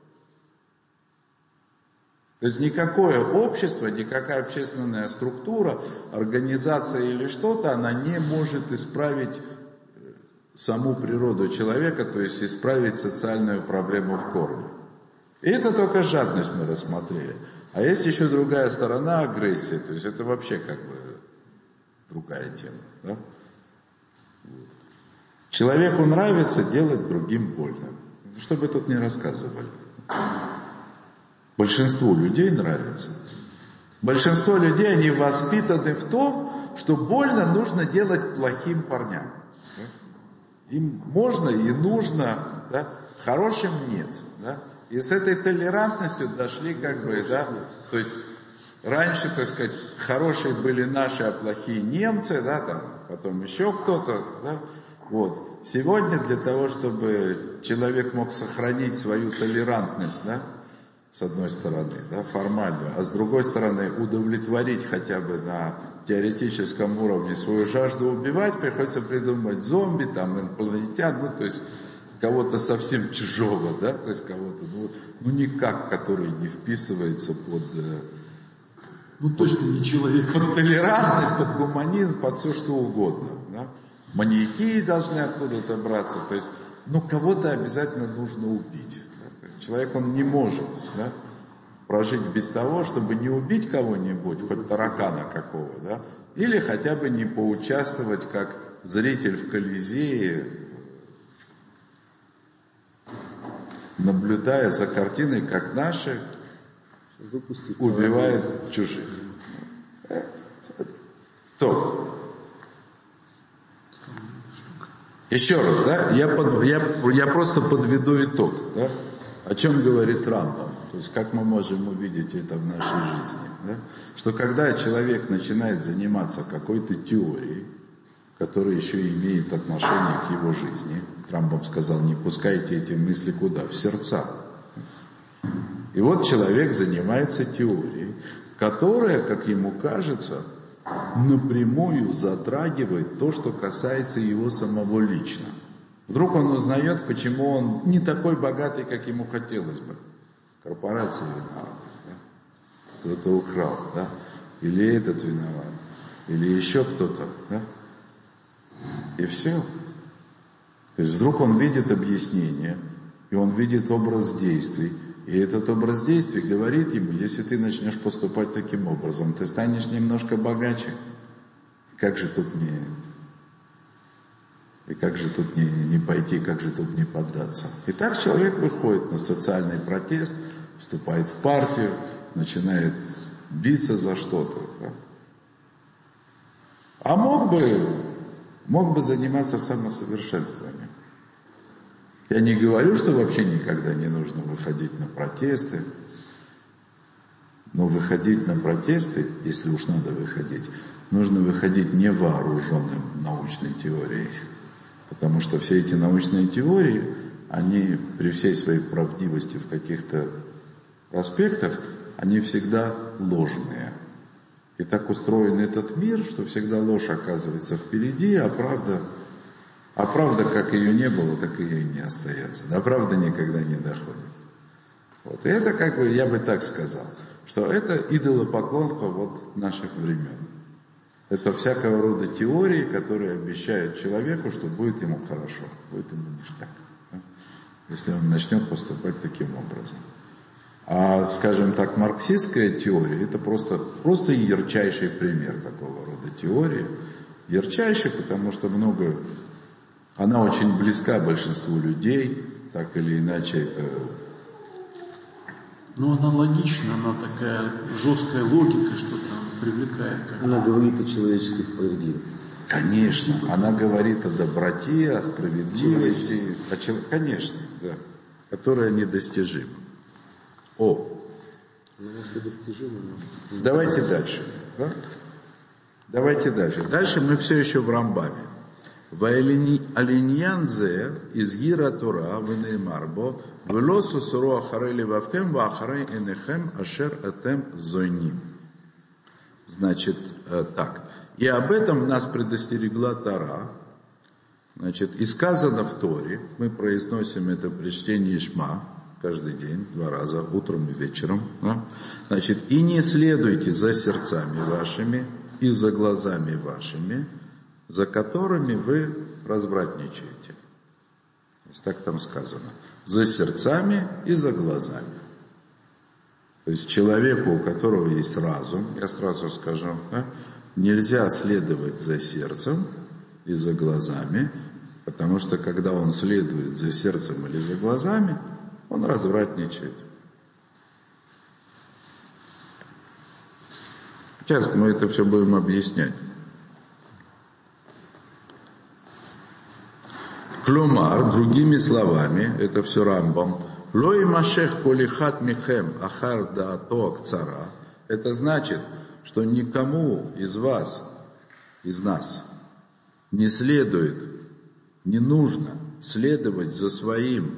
Speaker 1: То есть никакое общество, никакая общественная структура, организация или что-то, она не может исправить саму природу человека, то есть исправить социальную проблему в корне. И это только жадность мы рассмотрели. А есть еще другая сторона агрессии, то есть это вообще как бы другая тема. Да? Вот. Человеку нравится делать другим больно. Что бы тут ни рассказывали. Большинству людей нравится. Большинство людей, они воспитаны в том, что больно нужно делать плохим парням. Да? Им можно и нужно, да? Хорошим нет. Да? И с этой толерантностью дошли как бы, да, то есть раньше, так сказать, хорошие были наши, а плохие немцы, да, там, потом еще кто-то, да, вот. Сегодня для того, чтобы человек мог сохранить свою толерантность, да, с одной стороны, да, формальную, а с другой стороны удовлетворить хотя бы на теоретическом уровне свою жажду убивать, приходится придумать зомби, там, инопланетян, ну, то есть кого-то совсем чужого, да, то есть кого-то, ну, ну никак, который не вписывается под...
Speaker 2: Ну, точно не человек.
Speaker 1: Под толерантность, под гуманизм, под все что угодно, да. Маньяки должны откуда-то браться, то есть, ну, кого-то обязательно нужно убить. Да? То есть человек, он не может, да, прожить без того, чтобы не убить кого-нибудь, хоть таракана какого, да, или хотя бы не поучаствовать как зритель в Колизее, наблюдая за картиной, как наши убивают чужих. То. Еще раз, да, я, под, я, я просто подведу итог, да, о чем говорит Рамбам, то есть как мы можем увидеть это в нашей жизни, да? Что когда человек начинает заниматься какой-то теорией, которая еще имеет отношение к его жизни, Рамбам сказал, не пускайте эти мысли куда? В сердца. И вот человек занимается теорией, которая, как ему кажется, напрямую затрагивает то, что касается его самого лично. Вдруг он узнает, почему он не такой богатый, как ему хотелось бы. Корпорация виновата, да? Кто-то украл, да? Или этот виноват, или еще кто-то, да? И все. То есть вдруг он видит объяснение, и он видит образ действий, и этот образ действий говорит ему, если ты начнешь поступать таким образом, ты станешь немножко богаче. Как же тут не... И как же тут не, не пойти, как же тут не поддаться? И так человек выходит на социальный протест, вступает в партию, начинает биться за что-то. Да? А мог бы, мог бы заниматься самосовершенствованием. Я не говорю, что вообще никогда не нужно выходить на протесты, но выходить на протесты, если уж надо выходить, нужно выходить невооруженным научной теорией. Потому что все эти научные теории, они при всей своей правдивости в каких-то аспектах, они всегда ложные. И так устроен этот мир, что всегда ложь оказывается впереди, а правда... А правда, как ее не было, так ее и не остается. До правды никогда не доходит. Вот. И это, как бы, я бы так сказал, что это идолопоклонство вот наших времен. Это всякого рода теории, которые обещают человеку, что будет ему хорошо, будет ему ништяк, да? Если он начнет поступать таким образом. А, скажем так, марксистская теория, это просто, просто ярчайший пример такого рода теории. Ярчайший, потому что много... Она очень близка большинству людей, так или иначе это...
Speaker 2: Ну, она логична, она такая жесткая логика, что там привлекает. Как-то.
Speaker 3: Она говорит о человеческой справедливости.
Speaker 1: Конечно, она говорит о доброте, о справедливости, о чел... конечно, да, которая недостижима. О!
Speaker 3: Она может быть достижима, но...
Speaker 1: Давайте дальше, да? Давайте дальше. Дальше мы все еще в Рамбаме. Ваэлиньян зе из гира Тора венеймар бо вело сусуро ахарей левавкем ва ахарей энехем ашер атем зойним. Значит, так. И об этом нас предостерегла Тора. Значит, и сказано в Торе, мы произносим это при чтении Шма каждый день, два раза, утром и вечером. Да? Значит, и не следуйте за сердцами вашими и за глазами вашими, за которыми вы развратничаете. Так там сказано. За сердцами и за глазами. То есть человеку, у которого есть разум, я сразу скажу, да, нельзя следовать за сердцем и за глазами, потому что когда он следует за сердцем или за глазами, он развратничает. Сейчас мы это все будем объяснять. Клумар, другими словами, это все Рамбам Лой машех колихат михем ахар даато акцара. Это значит, что никому из вас, из нас, не следует, не нужно следовать за своим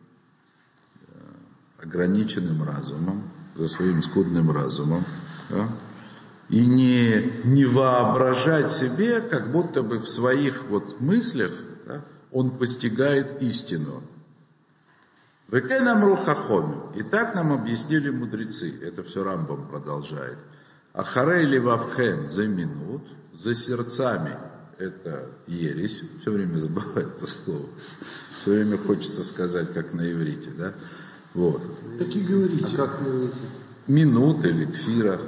Speaker 1: ограниченным разумом, за своим скудным разумом, да? И не, не воображать себе, как будто бы в своих вот мыслях, да, он постигает истину. Векенам рухахомим. И так нам объяснили мудрецы. Это все Рамбам продолжает. Ахарей левавхем за минут, за сердцами это ересь. Все время забываю это слово. Все время хочется сказать, как на иврите, да? Вот.
Speaker 2: Так и говорите.
Speaker 3: А как на иврите?
Speaker 1: Минут или кфира.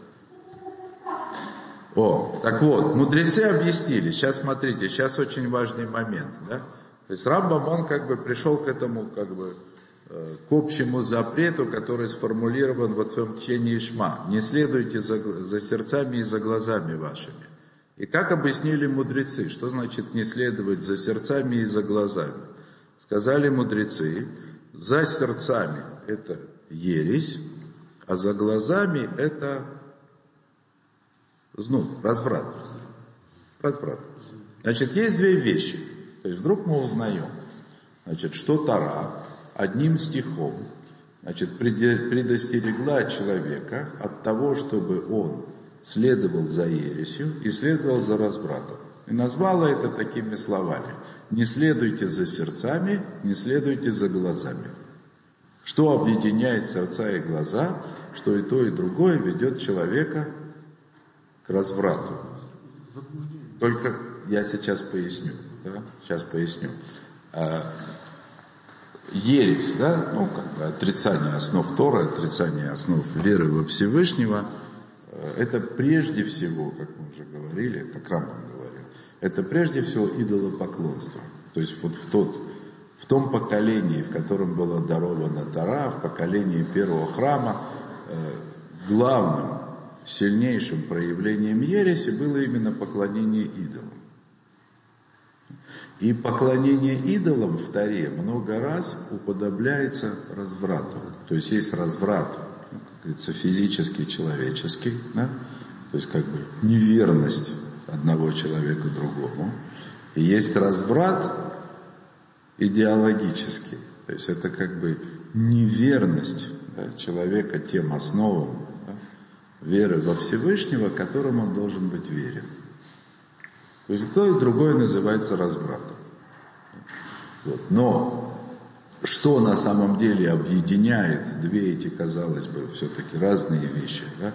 Speaker 1: О, так вот, мудрецы объяснили. Сейчас смотрите, сейчас очень важный момент, да? То есть Рамбам, он как бы пришел к этому, как бы, к общему запрету, который сформулирован вот в этом течении Шма. Не следуйте за, за сердцами и за глазами вашими. И как объяснили мудрецы, что значит не следовать за сердцами и за глазами? Сказали мудрецы, за сердцами это ересь, а за глазами это знут, разврат. Разврат. Значит, есть две вещи. То есть вдруг мы узнаем, значит, что Тора одним стихом, значит, предостерегла человека от того, чтобы он следовал за ересью и следовал за развратом. И назвала это такими словами. Не следуйте за сердцами, не следуйте за глазами. Что объединяет сердца и глаза, что и то, и другое ведет человека к разврату. Только я сейчас поясню. Да? Сейчас поясню. А, ересь, да, ну, как бы отрицание основ Торы, отрицание основ веры во Всевышнего, это прежде всего, как мы уже говорили, как Рамбам говорил, это прежде всего идолопоклонство. То есть вот в, тот, в том поколении, в котором была дарована Тора, в поколении первого храма, главным, сильнейшим проявлением ереси было именно поклонение идолам. И поклонение идолам в Торе много раз уподобляется разврату. То есть есть разврат, как говорится, физический, человеческий, да? То есть как бы неверность одного человека другому. И есть разврат идеологический. То есть это как бы неверность, да, человека тем основам, да, веры во Всевышнего, которым он должен быть верен. То есть то и другое называется развратом. Вот. Но что на самом деле объединяет две эти, казалось бы, все-таки разные вещи? Да?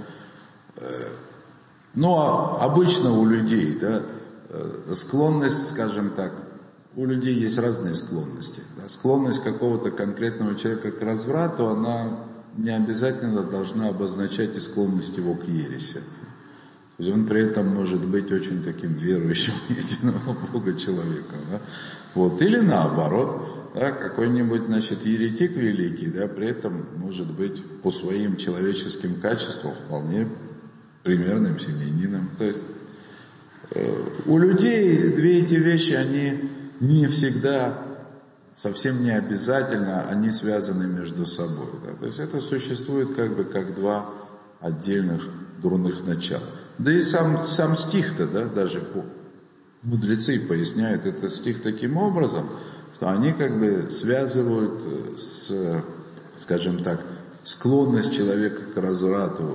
Speaker 1: Но обычно у людей, да, склонность, скажем так, у людей есть разные склонности. Да? Склонность какого-то конкретного человека к разврату, она не обязательно должна обозначать и склонность его к ереси. Он при этом может быть очень таким верующим единого Бога человеком. Да? Вот. Или наоборот, да, какой-нибудь, значит, еретик великий, да, при этом может быть по своим человеческим качествам вполне примерным семьянином. То есть э, у людей две эти вещи, они не всегда, совсем не обязательно, они связаны между собой. Да? То есть это существует как бы как два отдельных дурных начала. Да и сам, сам стих-то, да, даже мудрецы поясняют этот стих таким образом, что они как бы связывают с, скажем так, склонность человека к разврату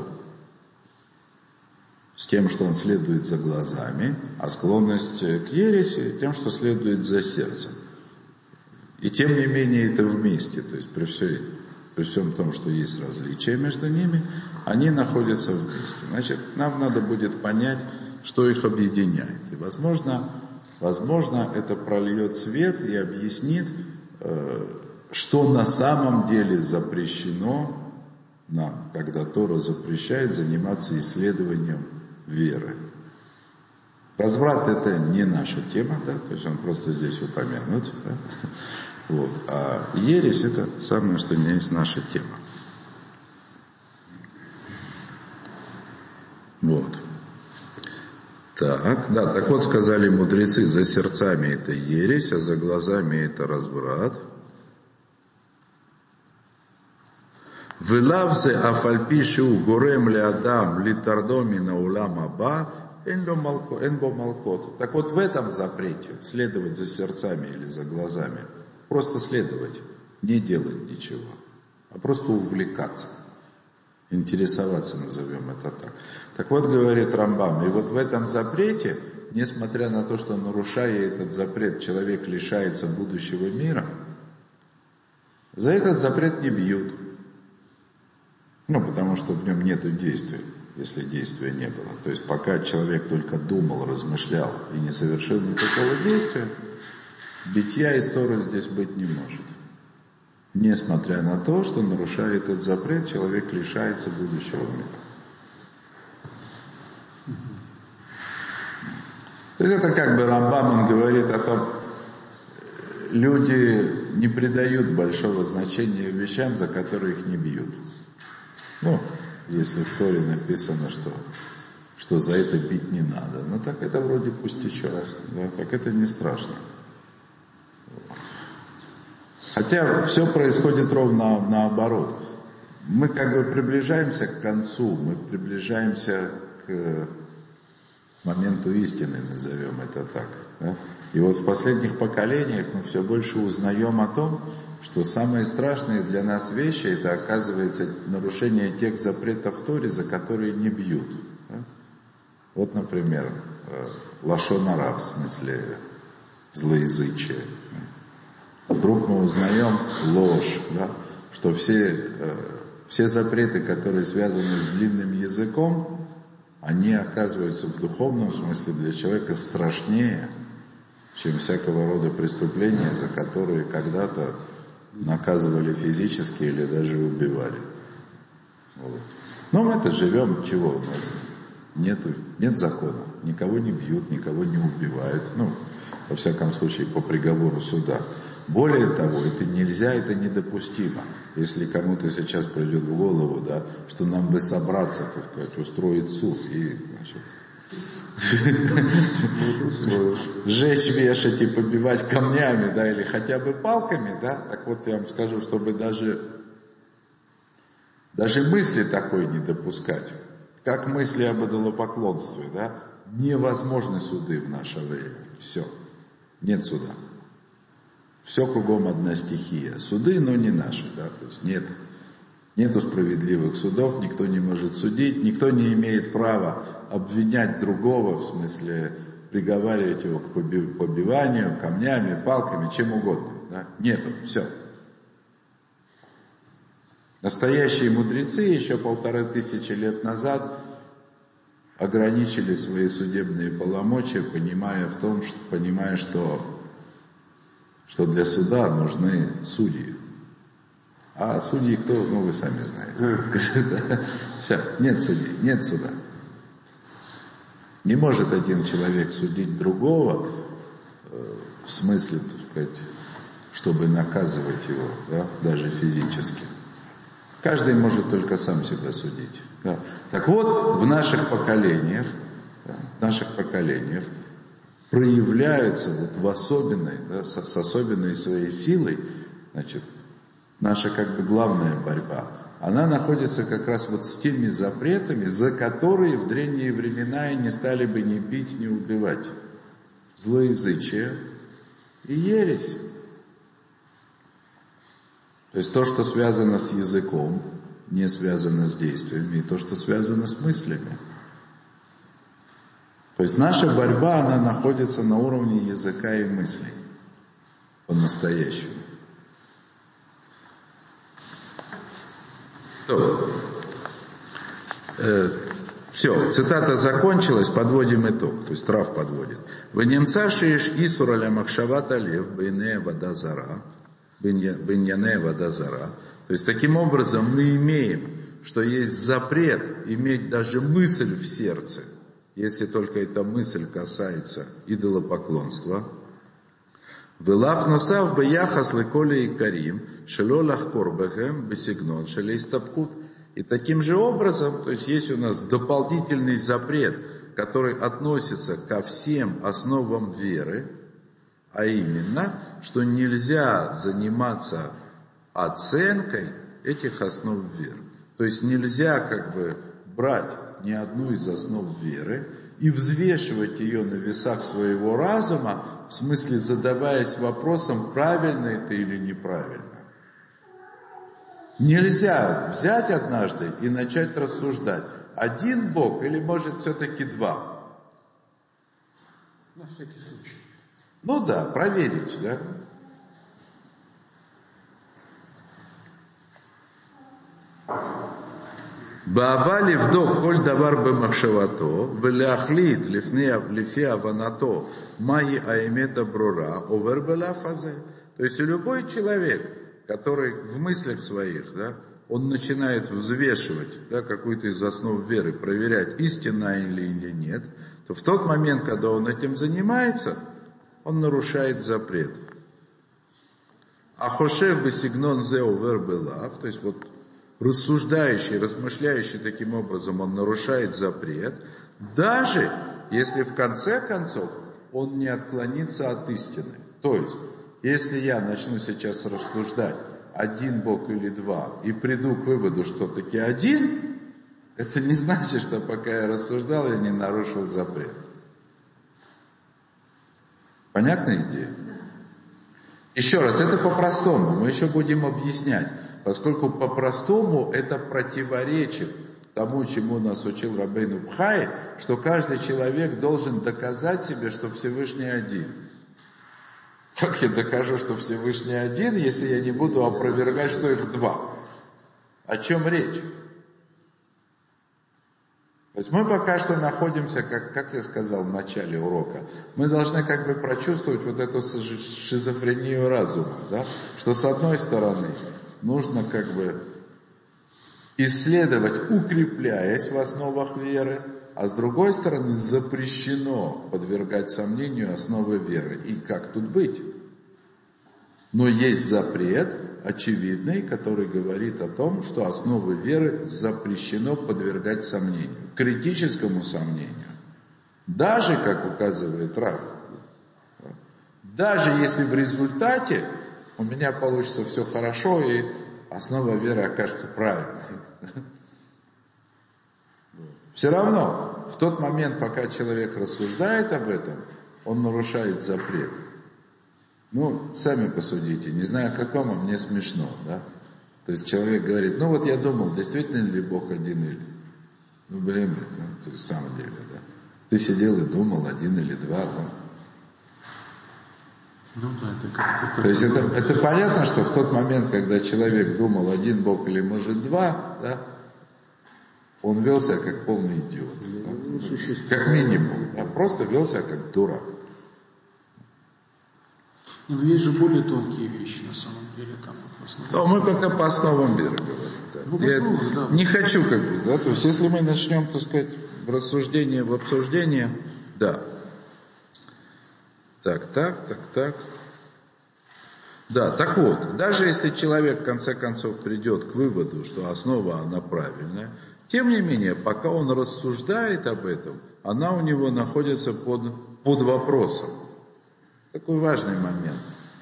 Speaker 1: с тем, что он следует за глазами, а склонность к ереси тем, что следует за сердцем. И тем не менее это вместе, то есть при всей При всем том, что есть различия между ними, они находятся вместе. Значит, нам надо будет понять, что их объединяет. И, возможно, возможно это прольет свет и объяснит, что на самом деле запрещено нам, когда Тора запрещает заниматься исследованием веры. Разврат — это не наша тема, да, то есть он просто здесь упомянут, да? Вот. А ересь — это самое, что не есть наша тема. Вот. Так, да, так вот сказали мудрецы, за сердцами это ересь, а за глазами это разврат. Вылавзе афальпишу горем ли адам ли тардоми на улам аба энбо малкот. Так вот в этом запрете следовать за сердцами или за глазами, просто следовать, не делать ничего, а просто увлекаться, интересоваться, назовем это так. Так вот, говорит Рамбам, и вот в этом запрете, несмотря на то, что нарушая этот запрет, человек лишается будущего мира, за этот запрет не бьют. Ну, потому что в нем нету действия, если действия не было. То есть пока человек только думал, размышлял и не совершил никакого действия, битья и ссоры здесь быть не может. Несмотря на то, что, нарушая этот запрет, человек лишается будущего мира. То есть это как бы Рамбам, он говорит о том, люди не придают большого значения вещам, за которые их не бьют. Ну, если в Торе написано, что, что за это бить не надо, ну так это вроде пустячок, да, так это не страшно. Хотя все происходит ровно наоборот. Мы как бы приближаемся к концу, мы приближаемся к моменту истины, назовем это так. Да? И вот в последних поколениях мы все больше узнаем о том, что самые страшные для нас вещи, это оказывается нарушение тех запретов в Торе, за которые не бьют. Да? Вот, например, лашон ара, в смысле злоязычие. Вдруг мы узнаем ложь, да? Что все, все запреты, которые связаны с длинным языком, они оказываются в духовном смысле для человека страшнее, чем всякого рода преступления, за которые когда-то наказывали физически или даже убивали. Вот. Но мы-то живем, чего у нас? Нету, нет закона, никого не бьют, никого не убивают, ну, во всяком случае, по приговору суда. Более того, это нельзя, это недопустимо. Если кому-то сейчас придет в голову, да, что нам бы собраться, так сказать, устроить суд и, значит, сжечь, вешать и побивать камнями, да, или хотя бы палками, да, так вот я вам скажу, чтобы даже, даже мысли такой не допускать, как мысли об идолопоклонстве, да, невозможны суды в наше время, все, нет суда. Все кругом одна стихия. Суды, но не наши, да, то есть нет, нету справедливых судов, никто не может судить, никто не имеет права обвинять другого, в смысле приговаривать его к побиванию, камнями, палками, чем угодно, да, нету, все. Настоящие мудрецы еще полторы тысячи лет назад ограничили свои судебные полномочия, понимая в том, что, понимая, что что для суда нужны судьи. А судьи кто? Ну, вы сами знаете. Все, нет судей, нет суда. Не может один человек судить другого, в смысле, так сказать, чтобы наказывать его, да, даже физически. Каждый может только сам себя судить. Да. Так вот, в наших поколениях, да, в наших поколениях проявляются вот в особенной, да, с, с особенной своей силой, значит, наша как бы главная борьба, она находится как раз вот с теми запретами, за которые в древние времена и не стали бы ни бить, ни убивать. Злоязычие и ересь. То есть то, что связано с языком, не связано с действиями, и то, что связано с мыслями. То есть наша борьба, она находится на уровне языка и мыслей. По-настоящему. То, э, все, цитата закончилась, подводим итог. То есть Рав подводит. «Венемца шееш исур аля махшават алев бейне вада зара». Беньяне вода зара. То есть таким образом мы имеем, что есть запрет иметь даже мысль в сердце, если только эта мысль касается идолопоклонства. Вылав носав бияхас леколе и карим шело лахкор бэхэм бесигнон шелейстапкут. И таким же образом, то есть есть у нас дополнительный запрет, который относится ко всем основам веры, а именно, что нельзя заниматься оценкой этих основ веры. То есть нельзя как бы брать ни одну из основ веры и взвешивать ее на весах своего разума, в смысле задаваясь вопросом, правильно это или неправильно. Нельзя взять однажды и начать рассуждать, один Бог или может все-таки два.
Speaker 2: На всякий случай.
Speaker 1: Ну да, проверить, да. Баава левдок коль давар бемахшавато, веляхлит лифи аванато, маи аэмета брура, овер белафазе. То есть любой человек, который в мыслях своих, да, он начинает взвешивать, да, какую-то из основ веры, проверять, истинна или, или нет, то в тот момент, когда он этим занимается, он нарушает запрет. А хошев бы сигнон зе овер белав, то есть вот рассуждающий, размышляющий таким образом, он нарушает запрет, даже если в конце концов он не отклонится от истины. То есть, если я начну сейчас рассуждать, один Бог или два, и приду к выводу, что таки один, это не значит, что пока я рассуждал, я не нарушил запрет. Понятная идея? Еще раз, это по-простому, мы еще будем объяснять, поскольку по-простому это противоречит тому, чему нас учил Рабейну Бхай, что каждый человек должен доказать себе, что Всевышний один. Как я докажу, что Всевышний один, если я не буду опровергать, что их два? О чем речь? То есть мы пока что находимся, как, как я сказал в начале урока, мы должны как бы прочувствовать вот эту шизофрению разума, да? Что с одной стороны нужно как бы исследовать, укрепляясь в основах веры, а с другой стороны запрещено подвергать сомнению основы веры. И как тут быть? Но есть запрет очевидный, который говорит о том, что основы веры запрещено подвергать сомнению, критическому сомнению. Даже, как указывает Рав, даже если в результате у меня получится все хорошо и основа веры окажется правильной. Все равно, в тот момент, пока человек рассуждает об этом, он нарушает запрет. Ну, сами посудите, не знаю, какому, мне смешно, да? То есть человек говорит, ну вот я думал, действительно ли Бог один или... Ну, блин, да? То есть, в самом деле, да? Ты сидел и думал, один или два, да?
Speaker 2: Ну да, это как-то...
Speaker 1: То есть это, это понятно, что в тот момент, когда человек думал, один Бог или может два, да, он вел себя как полный идиот. Да? Как минимум, да? Просто вел себя как дурак.
Speaker 2: Но есть же более тонкие вещи, на самом деле, там в основном.
Speaker 1: Но мы пока по основам веры говорим. Да.
Speaker 2: Ну,
Speaker 1: Я
Speaker 2: попробуй, да.
Speaker 1: не хочу, как бы, да, то есть если мы начнем, так сказать, в рассуждение, в обсуждение, да. Так, так, так, так. Да, так вот, даже если человек в конце концов придет к выводу, что основа, она правильная, тем не менее, пока он рассуждает об этом, она у него находится под, под вопросом. Такой важный момент.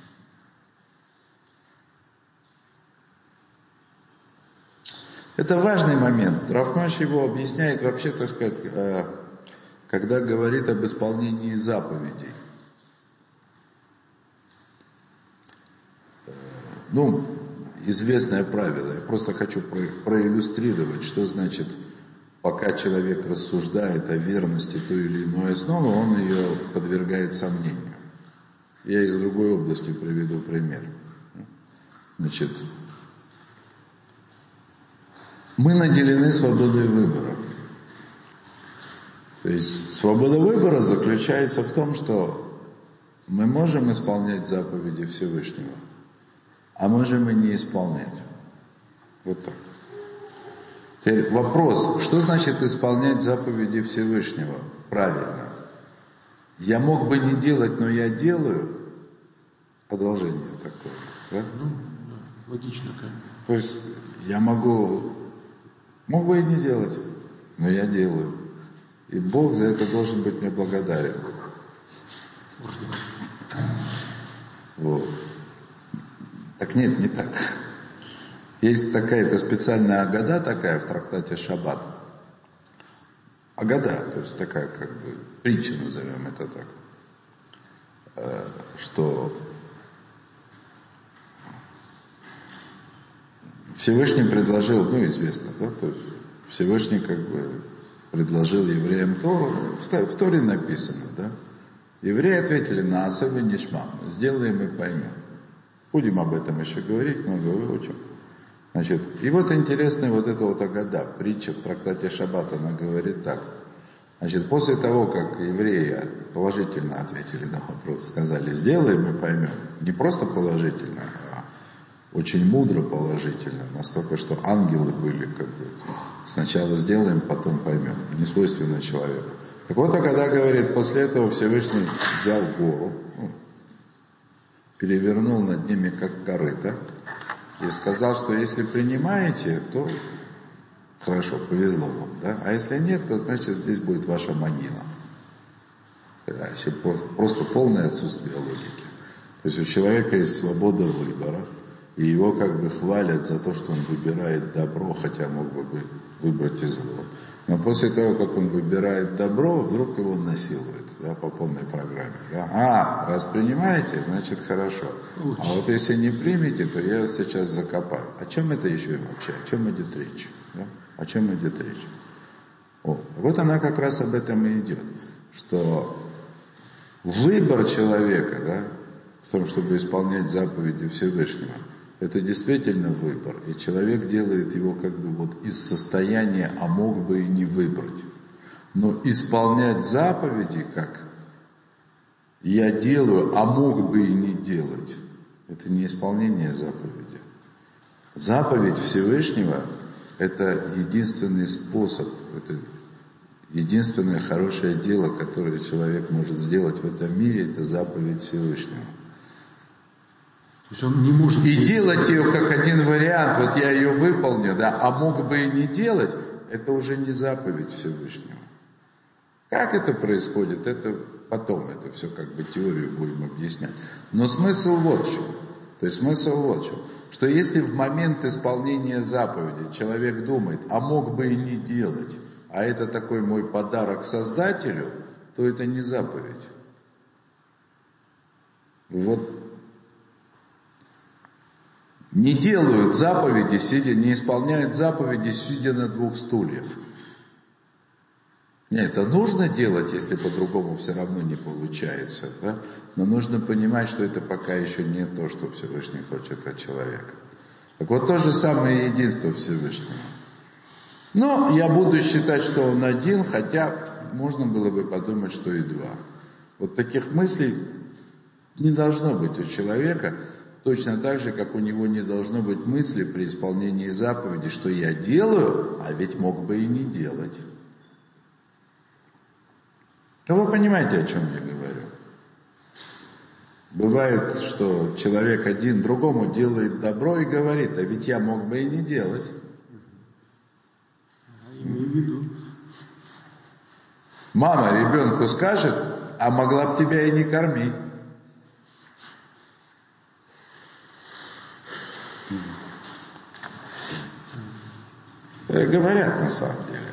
Speaker 1: Это важный момент. Рав Коэн его объясняет вообще, так сказать, когда говорит об исполнении заповедей. Ну, известное правило. Я просто хочу проиллюстрировать, что значит, пока человек рассуждает о верности той или иной основы, он ее подвергает сомнению. Я из другой области приведу пример. Значит, мы наделены свободой выбора. То есть свобода выбора заключается в том, что мы можем исполнять заповеди Всевышнего, а можем и не исполнять. Вот так. Теперь вопрос, что значит исполнять заповеди Всевышнего? Правильно. Я мог бы не делать, но я делаю. Продолжение такое. Да?
Speaker 2: Ну, да, логично, конечно.
Speaker 1: То есть я могу, мог бы и не делать, но я делаю. И Бог за это должен быть мне благодарен. Вот. Так нет, не так. Есть такая-то специальная агада такая в трактате Шаббат. Агада, то есть такая как бы притча, назовем это так, что Всевышний предложил, ну известно, да, то есть Всевышний как бы предложил евреям Тору, в Торе написано, да, евреи ответили на асаве нишмам, сделаем и поймем. Будем об этом еще говорить, много выучим. Значит, и вот интересная вот эта вот агада, притча в трактате Шаббат, она говорит так. Значит, после того, как евреи положительно ответили на вопрос, сказали, сделаем и поймем, не просто положительно, а очень мудро положительно, настолько, что ангелы были как бы, сначала сделаем, потом поймем, не свойственно человеку. Так вот, а когда говорит, после этого Всевышний взял гору, ну, перевернул над ними как корыто, и сказал, что если принимаете, то хорошо, повезло вам, да? А если нет, то значит здесь будет ваша манила. Просто полное отсутствие логики. То есть у человека есть свобода выбора, и его как бы хвалят за то, что он выбирает добро, хотя мог бы выбрать и зло. Но после того, как он выбирает добро, вдруг его насилуют, да, по полной программе. Да? А, раз принимаете, значит хорошо. А вот если не примете, то я вас сейчас закопаю. О чем это еще вообще? О чем идет речь? Да? О чем идет речь? О, вот она как раз об этом и идет. Что выбор человека, да, в том, чтобы исполнять заповеди Всевышнего, это действительно выбор, и человек делает его как бы вот из состояния, а мог бы и не выбрать. Но исполнять заповеди, как я делаю, а мог бы и не делать, это не исполнение заповеди. Заповедь Всевышнего – это единственный способ, это единственное хорошее дело, которое человек может сделать в этом мире, это заповедь Всевышнего.
Speaker 2: Он не может...
Speaker 1: И делать ее как один вариант, вот я ее выполню, да, а мог бы и не делать, это уже не заповедь Всевышнего. Как это происходит, это потом, это все как бы теорию будем объяснять. Но смысл вот в чем. То есть смысл вот в чем. Что если в момент исполнения заповеди человек думает, а мог бы и не делать, а это такой мой подарок Создателю, то это не заповедь. Вот не делают заповеди, сидя, не исполняют заповеди, сидя на двух стульях. Нет, это нужно делать, если по-другому все равно не получается, да? Но нужно понимать, что это пока еще не то, что Всевышний хочет от человека. Так вот, то же самое единство Всевышнего. Но я буду считать, что он один, хотя можно было бы подумать, что и два. Вот таких мыслей не должно быть у человека, точно так же, как у него не должно быть мысли при исполнении заповеди, что я делаю, а ведь мог бы и не делать. Ну, вы понимаете, о чем я говорю? Бывает, что человек один другому делает добро и говорит, а ведь я мог бы и не делать.
Speaker 2: Имею в виду.
Speaker 1: Мама ребенку скажет, а могла бы тебя и не кормить. Говорят на самом деле,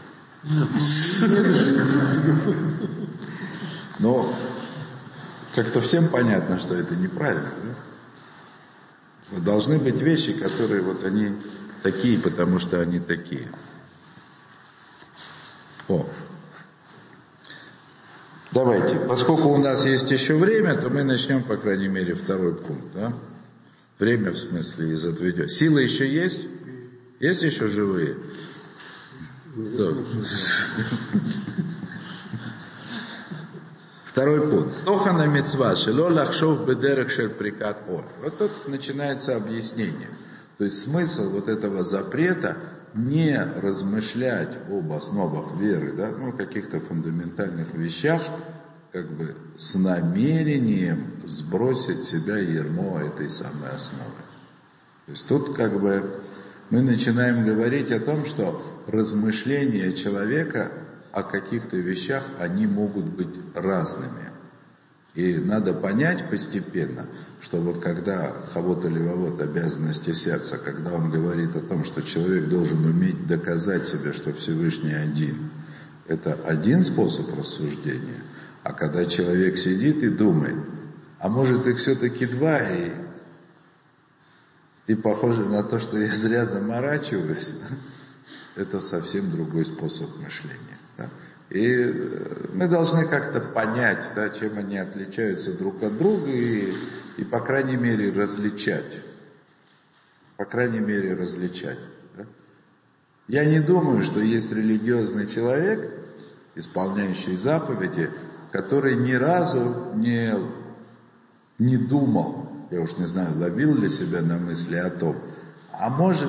Speaker 1: да? Но как-то всем понятно, что это неправильно, да? Что должны быть вещи, которые вот они такие, потому что они такие. О. Давайте, поскольку у нас есть еще время, то мы начнем, по крайней мере, второй пункт, да? Время в смысле из отведет. Силы еще есть? Есть еще живые? Второй пункт. Тохана мицва, шело лахшов бедерех шель прикат ор. Вот тут начинается объяснение. То есть смысл вот этого запрета не размышлять об основах веры, да, ну, каких-то фундаментальных вещах, как бы с намерением сбросить с себя ярмо этой самой основы. То есть тут как бы мы начинаем говорить о том, что размышления человека о каких-то вещах, они могут быть разными. И надо понять постепенно, что вот когда хавот или вавот, обязанности сердца, когда он говорит о том, что человек должен уметь доказать себе, что Всевышний один, это один способ рассуждения. А когда человек сидит и думает, а может их все-таки два, и, и похоже на то, что я зря заморачиваюсь, это совсем другой способ мышления. Да? И мы должны как-то понять, да, чем они отличаются друг от друга, и, и по крайней мере различать. По крайней мере различать. Да? Я не думаю, что есть религиозный человек, исполняющий заповеди, который ни разу не, не думал, я уж не знаю, ловил ли себя на мысли о том, а может,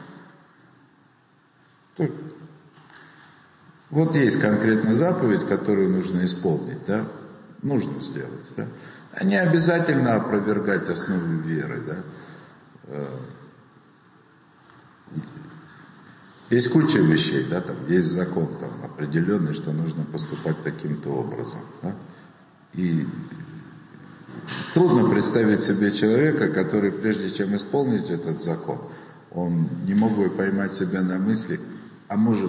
Speaker 1: вот есть конкретная заповедь, которую нужно исполнить, да, нужно сделать, да, а не обязательно опровергать основы веры, да. Есть куча вещей, да, там есть закон там, определенный, что нужно поступать таким-то образом. Да? И трудно представить себе человека, который, прежде чем исполнить этот закон, он не мог бы поймать себя на мысли, а может,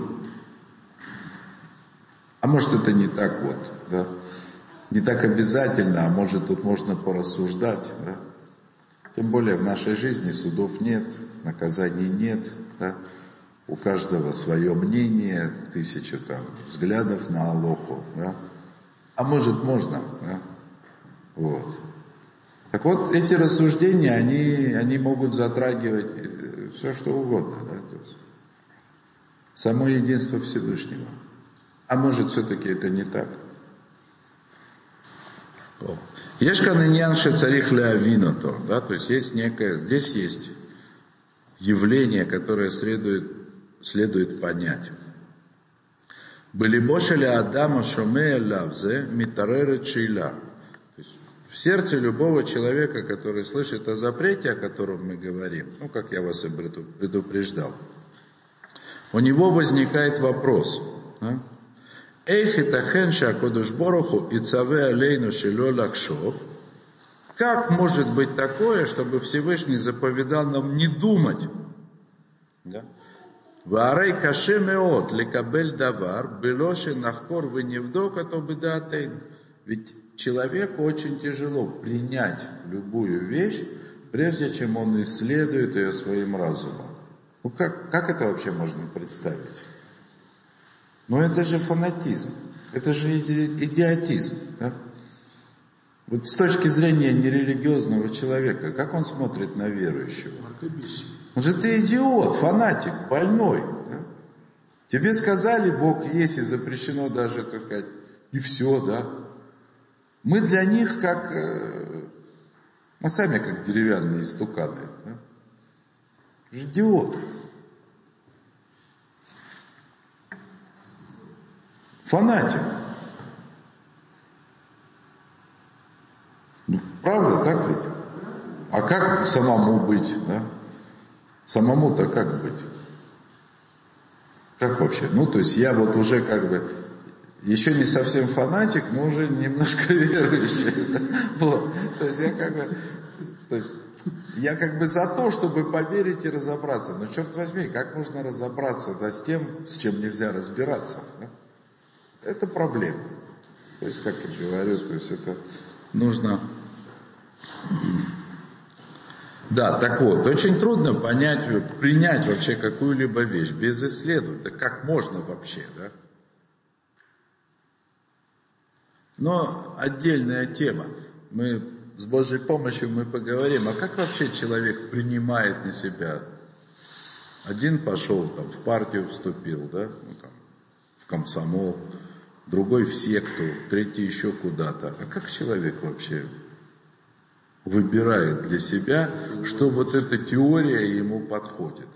Speaker 1: а может это не так вот, да? Не так обязательно, а может тут можно порассуждать. Да? Тем более в нашей жизни судов нет, наказаний нет, да? У каждого свое мнение, тысячу там взглядов на Алоху, да? А может можно, да? Вот. Так вот, эти рассуждения, они, они могут затрагивать все, что угодно, да? То есть само единство Всевышнего. А может, все-таки это не так? Ешкан иньян шецарих леавинато, да? То есть есть некое, здесь есть явление, которое следует следует понять. Былибошеля Адама шомея лавзе митаререт шейла. В сердце любого человека, который слышит о запрете, о котором мы говорим, ну, как я вас и предупреждал, у него возникает вопрос. Эйх итахен шакодуш бороху и цаве алейну шело лакшов. Как может быть такое, чтобы Всевышний заповедал нам не думать? Да? Ваарей каше меот лекабель давар белоши нахкор выневдока то бедатейн. Ведь человеку очень тяжело принять любую вещь, прежде чем он исследует ее своим разумом. Ну как, как это вообще можно представить? Ну это же фанатизм, это же иди, идиотизм. Да? Вот с точки зрения нерелигиозного человека, как он смотрит на верующего? Он же ты идиот, фанатик, больной. Да? Тебе сказали, Бог есть и запрещено даже, так сказать, и все, да. Мы для них как, мы сами как деревянные истуканы. Да? Ты же идиот. Фанатик. Ну, правда, так ведь? А как самому быть, да? Самому-то как быть? Как вообще? Ну, то есть я вот уже как бы, еще не совсем фанатик, но уже немножко верующий. Да? Вот. То есть я как бы, то есть я как бы за то, чтобы поверить и разобраться. Но черт возьми, как можно разобраться, да, с тем, с чем нельзя разбираться? Да? Это проблема. То есть, как я говорю, то есть это нужно... Да, так вот, очень трудно понять, принять вообще какую-либо вещь без исследования. Да как можно вообще, да? Но отдельная тема. Мы с Божьей помощью мы поговорим, а как вообще человек принимает на себя? Один пошел там в партию вступил, да, ну, там, в комсомол, другой в секту, третий еще куда-то. А как человек вообще выбирает для себя, что вот эта теория ему подходит?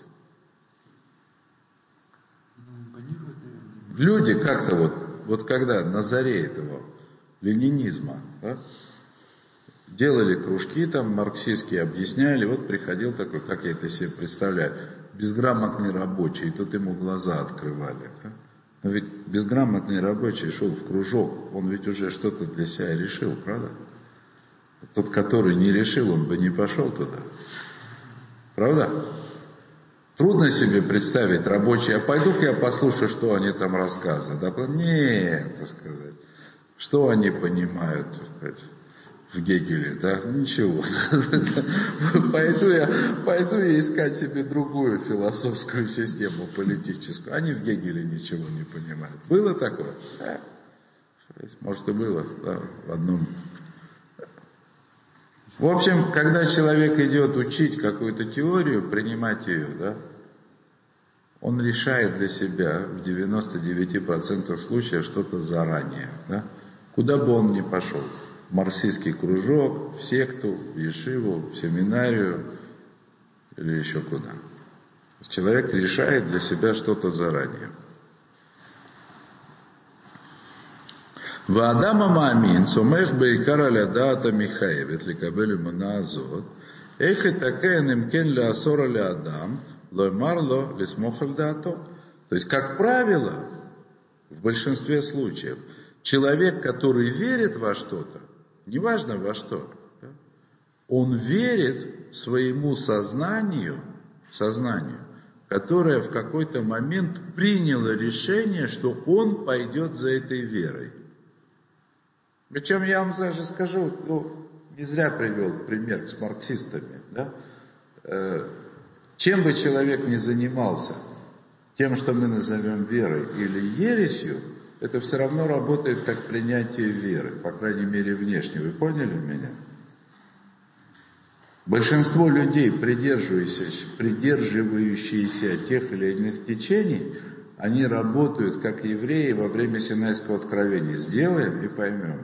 Speaker 1: Люди как-то вот, вот когда на заре этого ленинизма, да, делали кружки там марксистские, объясняли, вот приходил такой, как я это себе представляю, безграмотный рабочий, и тут ему глаза открывали. Да? Но ведь безграмотный рабочий шел в кружок, он ведь уже что-то для себя решил, правда? Тот, который не решил, он бы не пошел туда. Правда? Трудно себе представить рабочий, а пойду-ка я послушаю, что они там рассказывают. Да, нет, так сказать. Что они понимают, так сказать, в Гегеле, да? Ничего. Пойду я, пойду я искать себе другую философскую систему политическую. Они в Гегеле ничего не понимают. Было такое? Да. Может и было, да, в одном. В общем, когда человек идет учить какую-то теорию, принимать ее, да, он решает для себя в девяноста девяти процентах случаев что-то заранее, да, куда бы он ни пошел. В марксистский кружок, в секту, в ешиву, в семинарию или еще куда. Человек решает для себя что-то заранее. Ваадама маамин, сомех бейкар аль адата михаевет ликабель эмуна азот, эх и такая немкен ля асора ля адам, лоймар ло лисмох аль даато. То есть, как правило, в большинстве случаев, человек, который верит во что-то, неважно во что, да, он верит своему сознанию, сознанию, которое в какой-то момент приняло решение, что он пойдет за этой верой. Причем я вам даже скажу, ну, не зря привел пример с марксистами, да? Чем бы человек ни занимался, тем, что мы назовем верой или ересью, это все равно работает как принятие веры, по крайней мере внешне. Вы поняли меня? Большинство людей, придерживающиеся, придерживающиеся тех или иных течений, они работают как евреи во время Синайского откровения. Сделаем и поймем.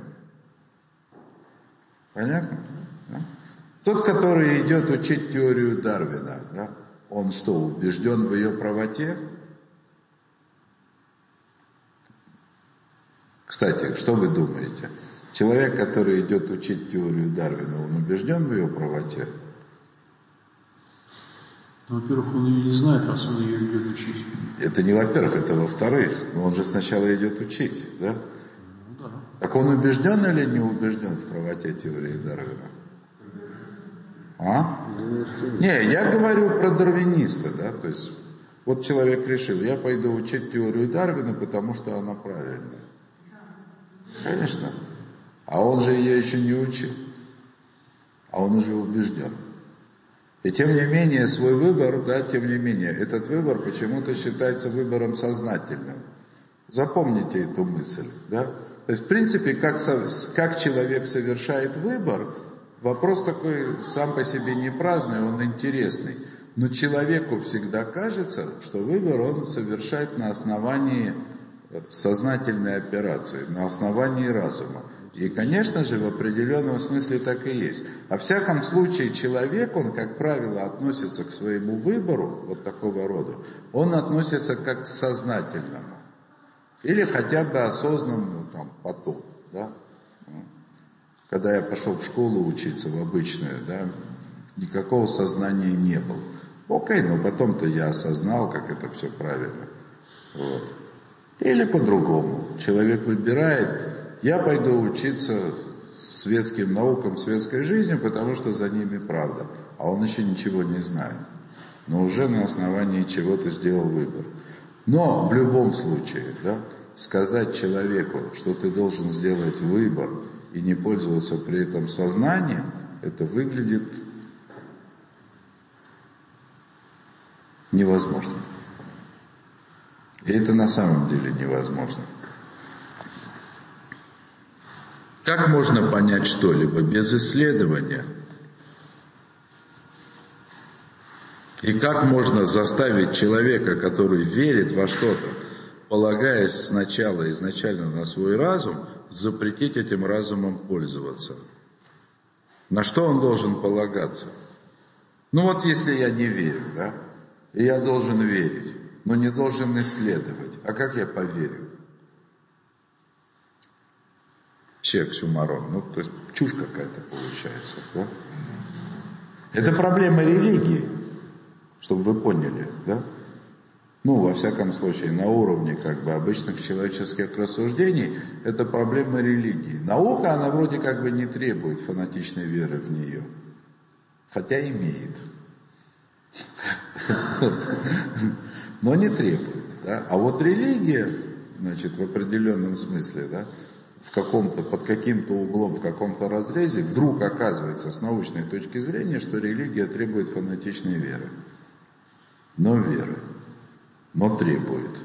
Speaker 1: Понятно? Да? Тот, который идет учить теорию Дарвина, да, он что, убежден в ее правоте? Кстати, что вы думаете? Человек, который идет учить теорию Дарвина, он убежден в ее правоте?
Speaker 2: Ну, во-первых, он ее не знает, раз он ее идет учить.
Speaker 1: Это не во-первых, это во-вторых. Он же сначала идет учить, да?
Speaker 2: Ну, да.
Speaker 1: Так он убежден или не убежден в правоте теории Дарвина? А? Не, я говорю про дарвиниста, да, то есть, вот человек решил, я пойду учить теорию Дарвина, потому что она правильная. Конечно. А он же ее еще не учил. А он уже убежден. И тем не менее, свой выбор, да, тем не менее, этот выбор почему-то считается выбором сознательным. Запомните эту мысль, да. То есть, в принципе, как, как человек совершает выбор, вопрос такой сам по себе не праздный, он интересный. Но человеку всегда кажется, что выбор он совершает на основании сознательной операции, на основании разума. И, конечно же, в определенном смысле так и есть. Во всяком случае, человек, он, как правило, относится к своему выбору, вот такого рода, он относится как к сознательному. Или хотя бы осознанному, там, потом, да. Когда я пошел в школу учиться, в обычную, да, никакого сознания не было. Окей, но потом-то я осознал, как это все правильно. Вот. Или по-другому. Человек выбирает, я пойду учиться светским наукам, светской жизни, потому что за ними правда. А он еще ничего не знает. Но уже на основании чего-то сделал выбор. Но в любом случае, да, сказать человеку, что ты должен сделать выбор и не пользоваться при этом сознанием, это выглядит невозможно. И это на самом деле невозможно. Как можно понять что-либо без исследования? И как можно заставить человека, который верит во что-то, полагаясь сначала изначально на свой разум, запретить этим разумом пользоваться? На что он должен полагаться? Ну вот если я не верю, да, и я должен верить, но не должен исследовать, а как я поверю? Чек, сюмарон, ну то есть чушь какая-то получается, да? Это проблема религии, чтобы вы поняли, да? Ну, во всяком случае, на уровне как бы обычных человеческих рассуждений, это проблема религии. Наука, она вроде как бы не требует фанатичной веры в нее, хотя имеет, но не требует. Да? А вот религия, значит, в определенном смысле, да, в каком-то, под каким-то углом, в каком-то разрезе, вдруг оказывается с научной точки зрения, что религия требует фанатичной веры. Но веры. Но требует.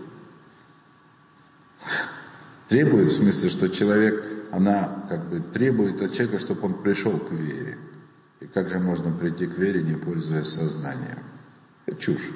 Speaker 1: Требует в смысле, что человек, она как бы требует от человека, чтобы он пришел к вере. И как же можно прийти к вере, не пользуясь сознанием? Это чушь.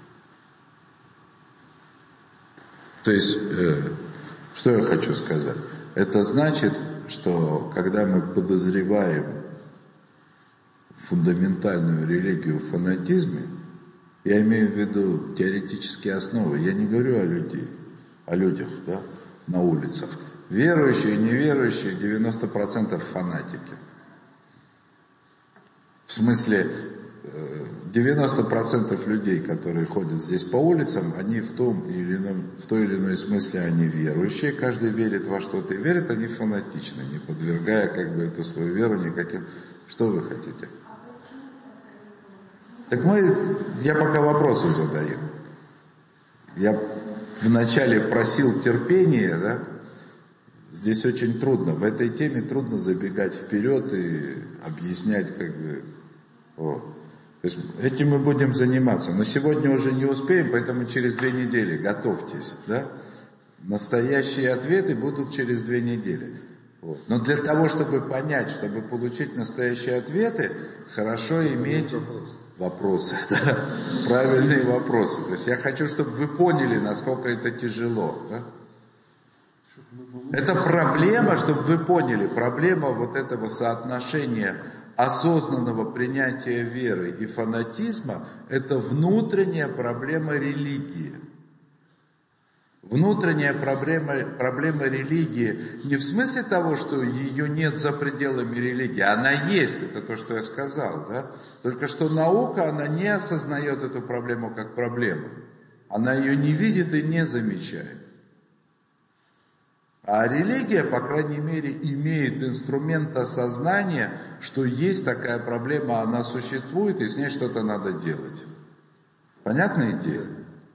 Speaker 1: То есть, э, что я хочу сказать? Это значит, что когда мы подозреваем фундаментальную религию в фанатизме, я имею в виду теоретические основы, я не говорю о людей, о людях, да, на улицах. Верующие, неверующие, девяносто процентов фанатики. В смысле, девяносто процентов людей, которые ходят здесь по улицам, они в том или ином, в той или иной смысле они верующие, каждый верит во что-то и верит, они фанатичны, не подвергая как бы эту свою веру никаким. Что вы хотите? Так мы, я пока вопросы задаю. Я вначале просил терпения, да? Здесь очень трудно, в этой теме трудно забегать вперед и объяснять как бы. Вот. То есть этим мы будем заниматься, но сегодня уже не успеем, поэтому через две недели готовьтесь, да? Настоящие ответы будут через две недели. Вот. Но для того, чтобы понять, чтобы получить настоящие ответы, хорошо иметь вопросы, да? Правильные вопросы. То есть я хочу, чтобы вы поняли, насколько это тяжело. Да? Это проблема, чтобы вы поняли, проблема вот этого соотношения осознанного принятия веры и фанатизма – это внутренняя проблема религии. Внутренняя проблема, проблема религии не в смысле того, что ее нет за пределами религии, она есть, это то, что я сказал, да? Только что наука, она не осознает эту проблему как проблему, она ее не видит и не замечает. А религия, по крайней мере, имеет инструмент осознания, что есть такая проблема, она существует, и с ней что-то надо делать. Понятная идея?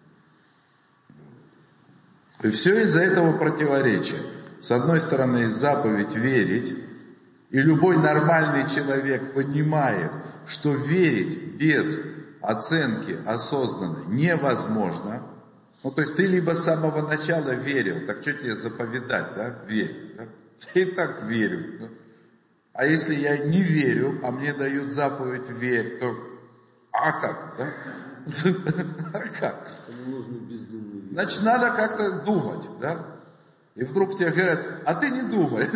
Speaker 1: И все из-за этого противоречия. С одной стороны, есть заповедь верить, и любой нормальный человек понимает, что верить без оценки осознанной невозможно. Ну, то есть ты либо с самого начала верил, так что тебе заповедать, да? Верь. Да? Я и так верю. Да? А если я не верю, а мне дают заповедь верь, то а как, да? А как? Значит, надо как-то думать, да? И вдруг тебе говорят, а ты не думай.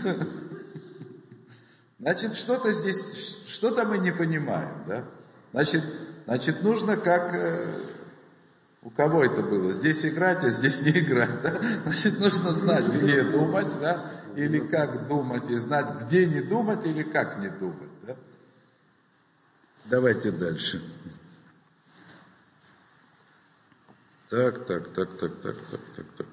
Speaker 1: Значит, что-то здесь, что-то мы не понимаем, да? Значит, значит, нужно как... У кого это было? Здесь играть, а здесь не играть, да? Значит, нужно знать, где думать, да? Или как думать, и знать, где не думать, или как не думать, да? Давайте дальше. Так, так, так, так, так, так, так, так.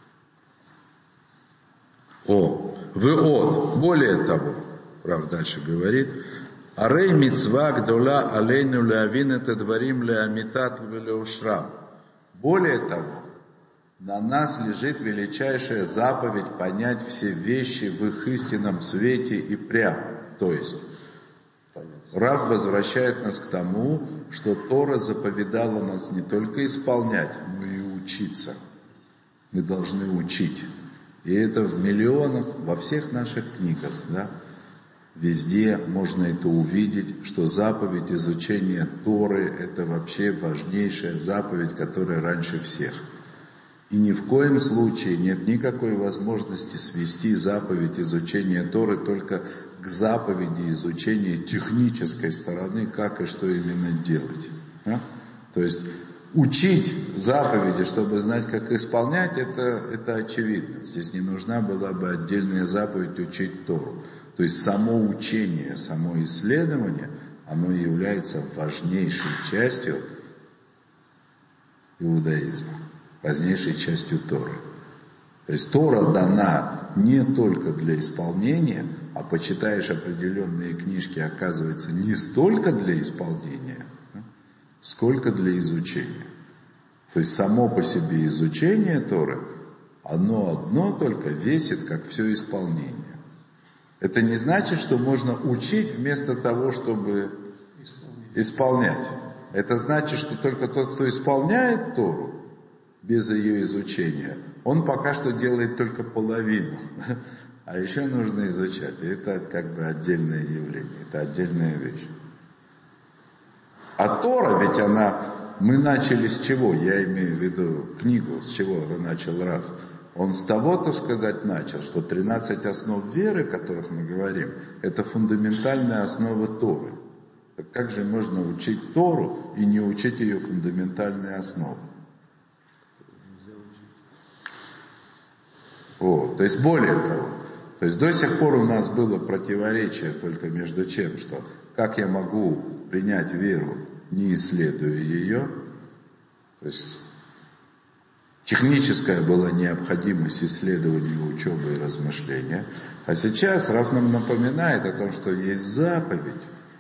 Speaker 1: О, вы от, более того, прав дальше говорит, «Арей мицва гдола алейну леавин это дворим леамитат леушрам». Более того, на нас лежит величайшая заповедь понять все вещи в их истинном свете и прямо. То есть, Рав возвращает нас к тому, что Тора заповедала нас не только исполнять, но и учиться. Мы должны учить. И это в миллионах, во всех наших книгах, да? Везде можно это увидеть, что заповедь изучения Торы – это вообще важнейшая заповедь, которая раньше всех. И ни в коем случае нет никакой возможности свести заповедь изучения Торы только к заповеди изучения технической стороны, как и что именно делать. Да? То есть учить заповеди, чтобы знать, как их исполнять, это, это очевидно. Здесь не нужна была бы отдельная заповедь учить Тору. То есть само учение, само исследование, оно является важнейшей частью иудаизма, позднейшей частью Торы. То есть Тора дана не только для исполнения, а почитаешь определенные книжки, оказывается, не столько для исполнения, сколько для изучения. То есть само по себе изучение Торы, оно одно только весит, как все исполнение. Это не значит, что можно учить вместо того, чтобы исполнять. Это значит, что только тот, кто исполняет Тору без ее изучения, он пока что делает только половину. А еще нужно изучать. И это как бы отдельное явление, это отдельная вещь. А Тора, ведь она, мы начали с чего? Я имею в виду книгу, с чего начал Рав. Он с того, так сказать, начал, что тринадцать основ веры, о которых мы говорим, это фундаментальная основа Торы. Так как же можно учить Тору и не учить ее фундаментальные основы? Вот. То есть более того, то есть до сих пор у нас было противоречие только между чем, что как я могу принять веру, не исследуя ее, то есть техническая была необходимость исследования, учебы и размышления, а сейчас Рав нам напоминает о том, что есть заповедь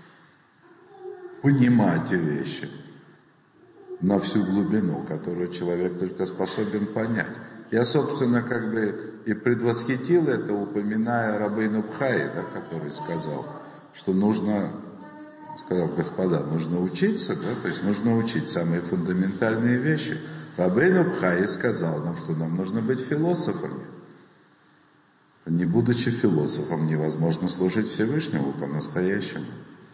Speaker 1: понимать вещи на всю глубину, которую человек только способен понять. Я, собственно, как бы и предвосхитил это, упоминая Рабейну Бхаи, да, который сказал, что нужно, сказал, господа, нужно учиться, да, то есть нужно учить самые фундаментальные вещи. Рабейну Бхаи сказал нам, что нам нужно быть философами. Не будучи философом, невозможно служить Всевышнему по-настоящему.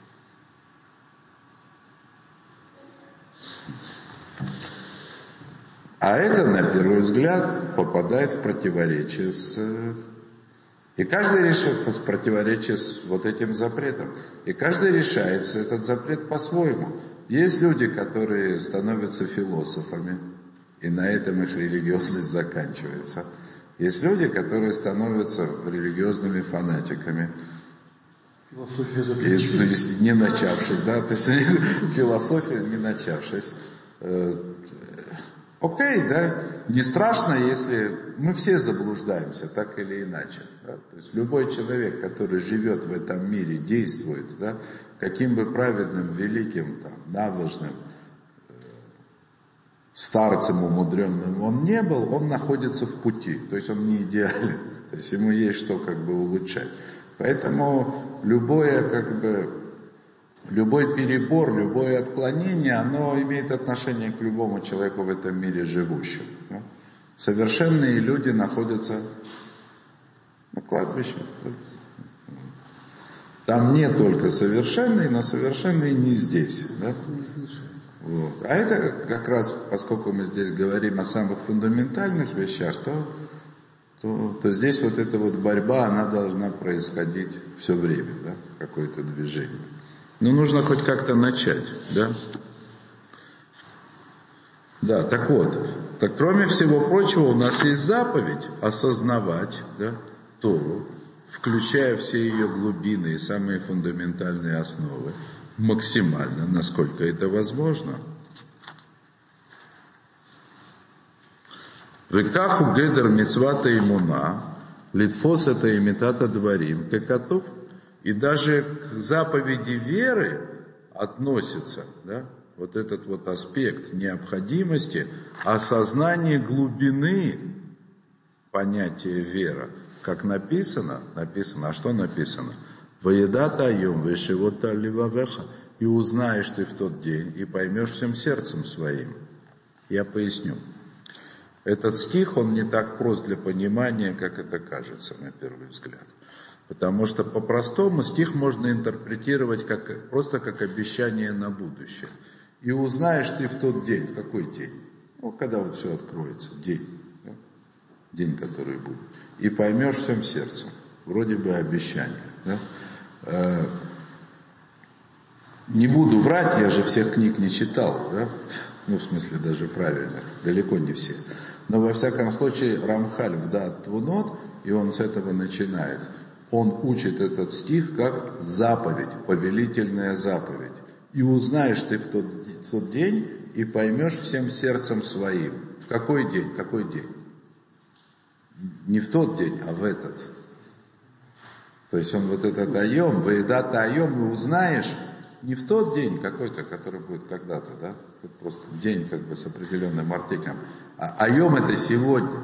Speaker 1: А это, на первый взгляд, попадает в противоречие с... И каждый решает в противоречие с вот этим запретом. И каждый решается этот запрет по-своему. Есть люди, которые становятся философами, и на этом их религиозность заканчивается. Есть люди, которые становятся религиозными фанатиками.
Speaker 2: Философия
Speaker 1: запрещена. То есть не начавшись, да, то есть философия не начавшись. Окей, да, не страшно, если мы все заблуждаемся, так или иначе. Да? То есть любой человек, который живет в этом мире, действует, да, каким бы праведным, великим, там, набожным, э, старцем умудренным он не был, он находится в пути, то есть он не идеален, то есть ему есть что как бы улучшать. Поэтому любое как бы... Любой перебор, любое отклонение, оно имеет отношение к любому человеку в этом мире живущему. Совершенные люди находятся на кладбище. Там не только совершенные, но совершенные не здесь. Да? Вот. А это как раз, поскольку мы здесь говорим о самых фундаментальных вещах, то, то, то здесь вот эта вот борьба, она должна происходить все время, да? Какое-то движение. Но нужно хоть как-то начать, да? Да, так вот, так кроме всего прочего, у нас есть заповедь осознавать, да, Тору, включая все ее глубины и самые фундаментальные основы, максимально, насколько это возможно. Векаху гедер мицвата имуна, литфос это имитата дворим, кекатов. И даже к заповеди веры относится, да, вот этот вот аспект необходимости осознания глубины понятия вера. Как написано, написано, а что написано? «Воедата айом вешевота ливавеха» и узнаешь ты в тот день, и поймешь всем сердцем своим. Я поясню. Этот стих, он не так прост для понимания, как это кажется на первый взгляд. Потому что по-простому стих можно интерпретировать как, просто как обещание на будущее. И узнаешь ты в тот день, в какой день? Ну, когда вот все откроется, день. Да? День, который будет. И поймешь всем сердцем. Вроде бы обещание. Да? Э, не буду врать, я же всех книг не читал. Да? Ну, в смысле, даже правильных. Далеко не все. Но во всяком случае, Рамхаль в Даат Твунот, и он с этого начинает. Он учит этот стих как заповедь, повелительная заповедь. И узнаешь ты в тот, в тот день, и поймешь всем сердцем своим. В какой день? Какой день? Не в тот день, а в этот. То есть он вот этот айом, ваидат айом, и узнаешь не в тот день какой-то, который будет когда-то, да? Тут просто день как бы с определенным артиклем. А айом это сегодня.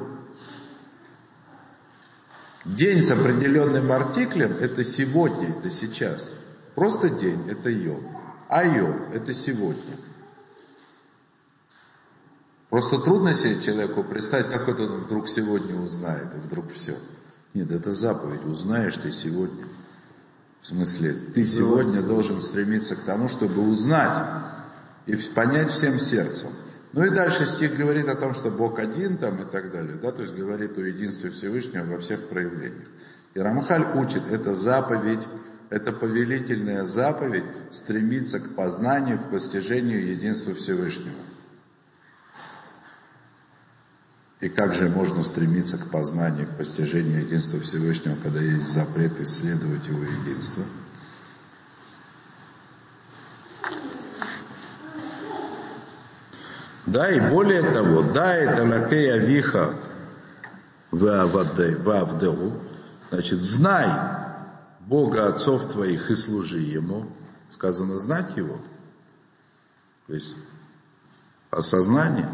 Speaker 1: День с определенным артиклем это сегодня, это сейчас. Просто день это йом. Айом это сегодня. Просто трудно себе человеку представить, как вот он вдруг сегодня узнает, и вдруг все. Нет, это заповедь, узнаешь ты сегодня. В смысле, ты сегодня должен стремиться к тому, чтобы узнать и понять всем сердцем. Ну и дальше стих говорит о том, что Бог один там и так далее, да, то есть говорит о единстве Всевышнего во всех проявлениях. И Рамхаль учит, это заповедь, это повелительная заповедь стремиться к познанию, к постижению единства Всевышнего. И как же можно стремиться к познанию, к постижению единства Всевышнего, когда есть запрет исследовать его единство? Да, и более того, да, это лакея виха вавдеу, значит, знай Бога отцов твоих и служи Ему. Сказано знать Его, то есть осознание.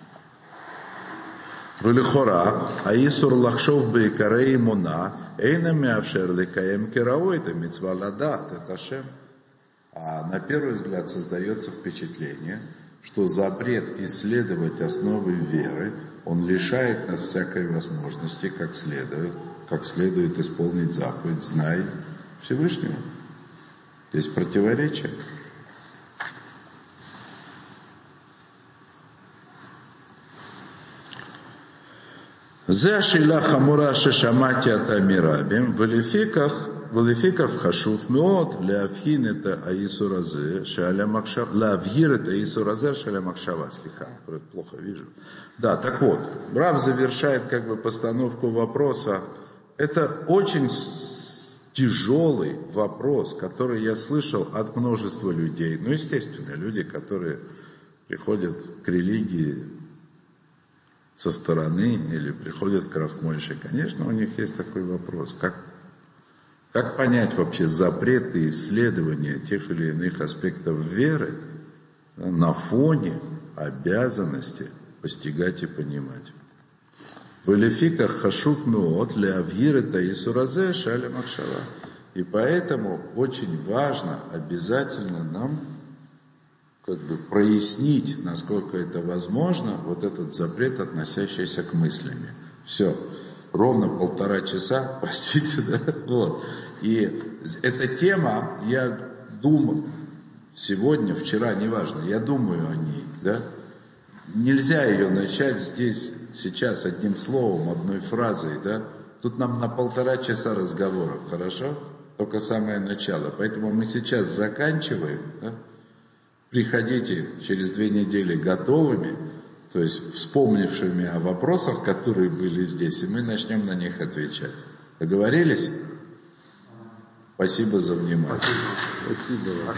Speaker 1: Рулихора, аисур лахшов бейкарей муна, эйна мявшер лекаем кераой, это митцва ладат, это шем. А на первый взгляд создается впечатление, что запрет исследовать основы веры, он лишает нас всякой возможности, как следует, как следует исполнить заповедь «Знай Всевышнего». Здесь противоречие. זה השאלה חמורה ששמעתי אותה מרבים, ולפיכך, ולפיכך חשוב מאוד להבחין את האיסור הזה שעל המחשבה, להבהיר את האיסור הזה שעל המחשבה, слегка, плохо вижу. Да, так вот, Рав завершает как бы постановку вопроса. Это очень тяжелый вопрос, который я слышал от множества людей. Ну, естественно, люди, которые приходят к религии со стороны или приходят к Рав Мойше, конечно, у них есть такой вопрос. Как, как понять вообще запреты исследования тех или иных аспектов веры на фоне обязанности постигать и понимать? «Валификах хашуф меот леавгир это исуразе шаля махшава». И поэтому очень важно обязательно нам как бы прояснить, насколько это возможно, вот этот запрет, относящийся к мыслям. Все, ровно полтора часа, простите, да, вот. И эта тема, я думал, сегодня, вчера, неважно, я думаю о ней, да. Нельзя ее начать здесь, сейчас, одним словом, одной фразой, да. Тут нам на полтора часа разговоров, хорошо? Только самое начало. Поэтому мы сейчас заканчиваем, да. Приходите через две недели готовыми, то есть вспомнившими о вопросах, которые были здесь, и мы начнем на них отвечать. Договорились? Спасибо за внимание.
Speaker 3: Спасибо.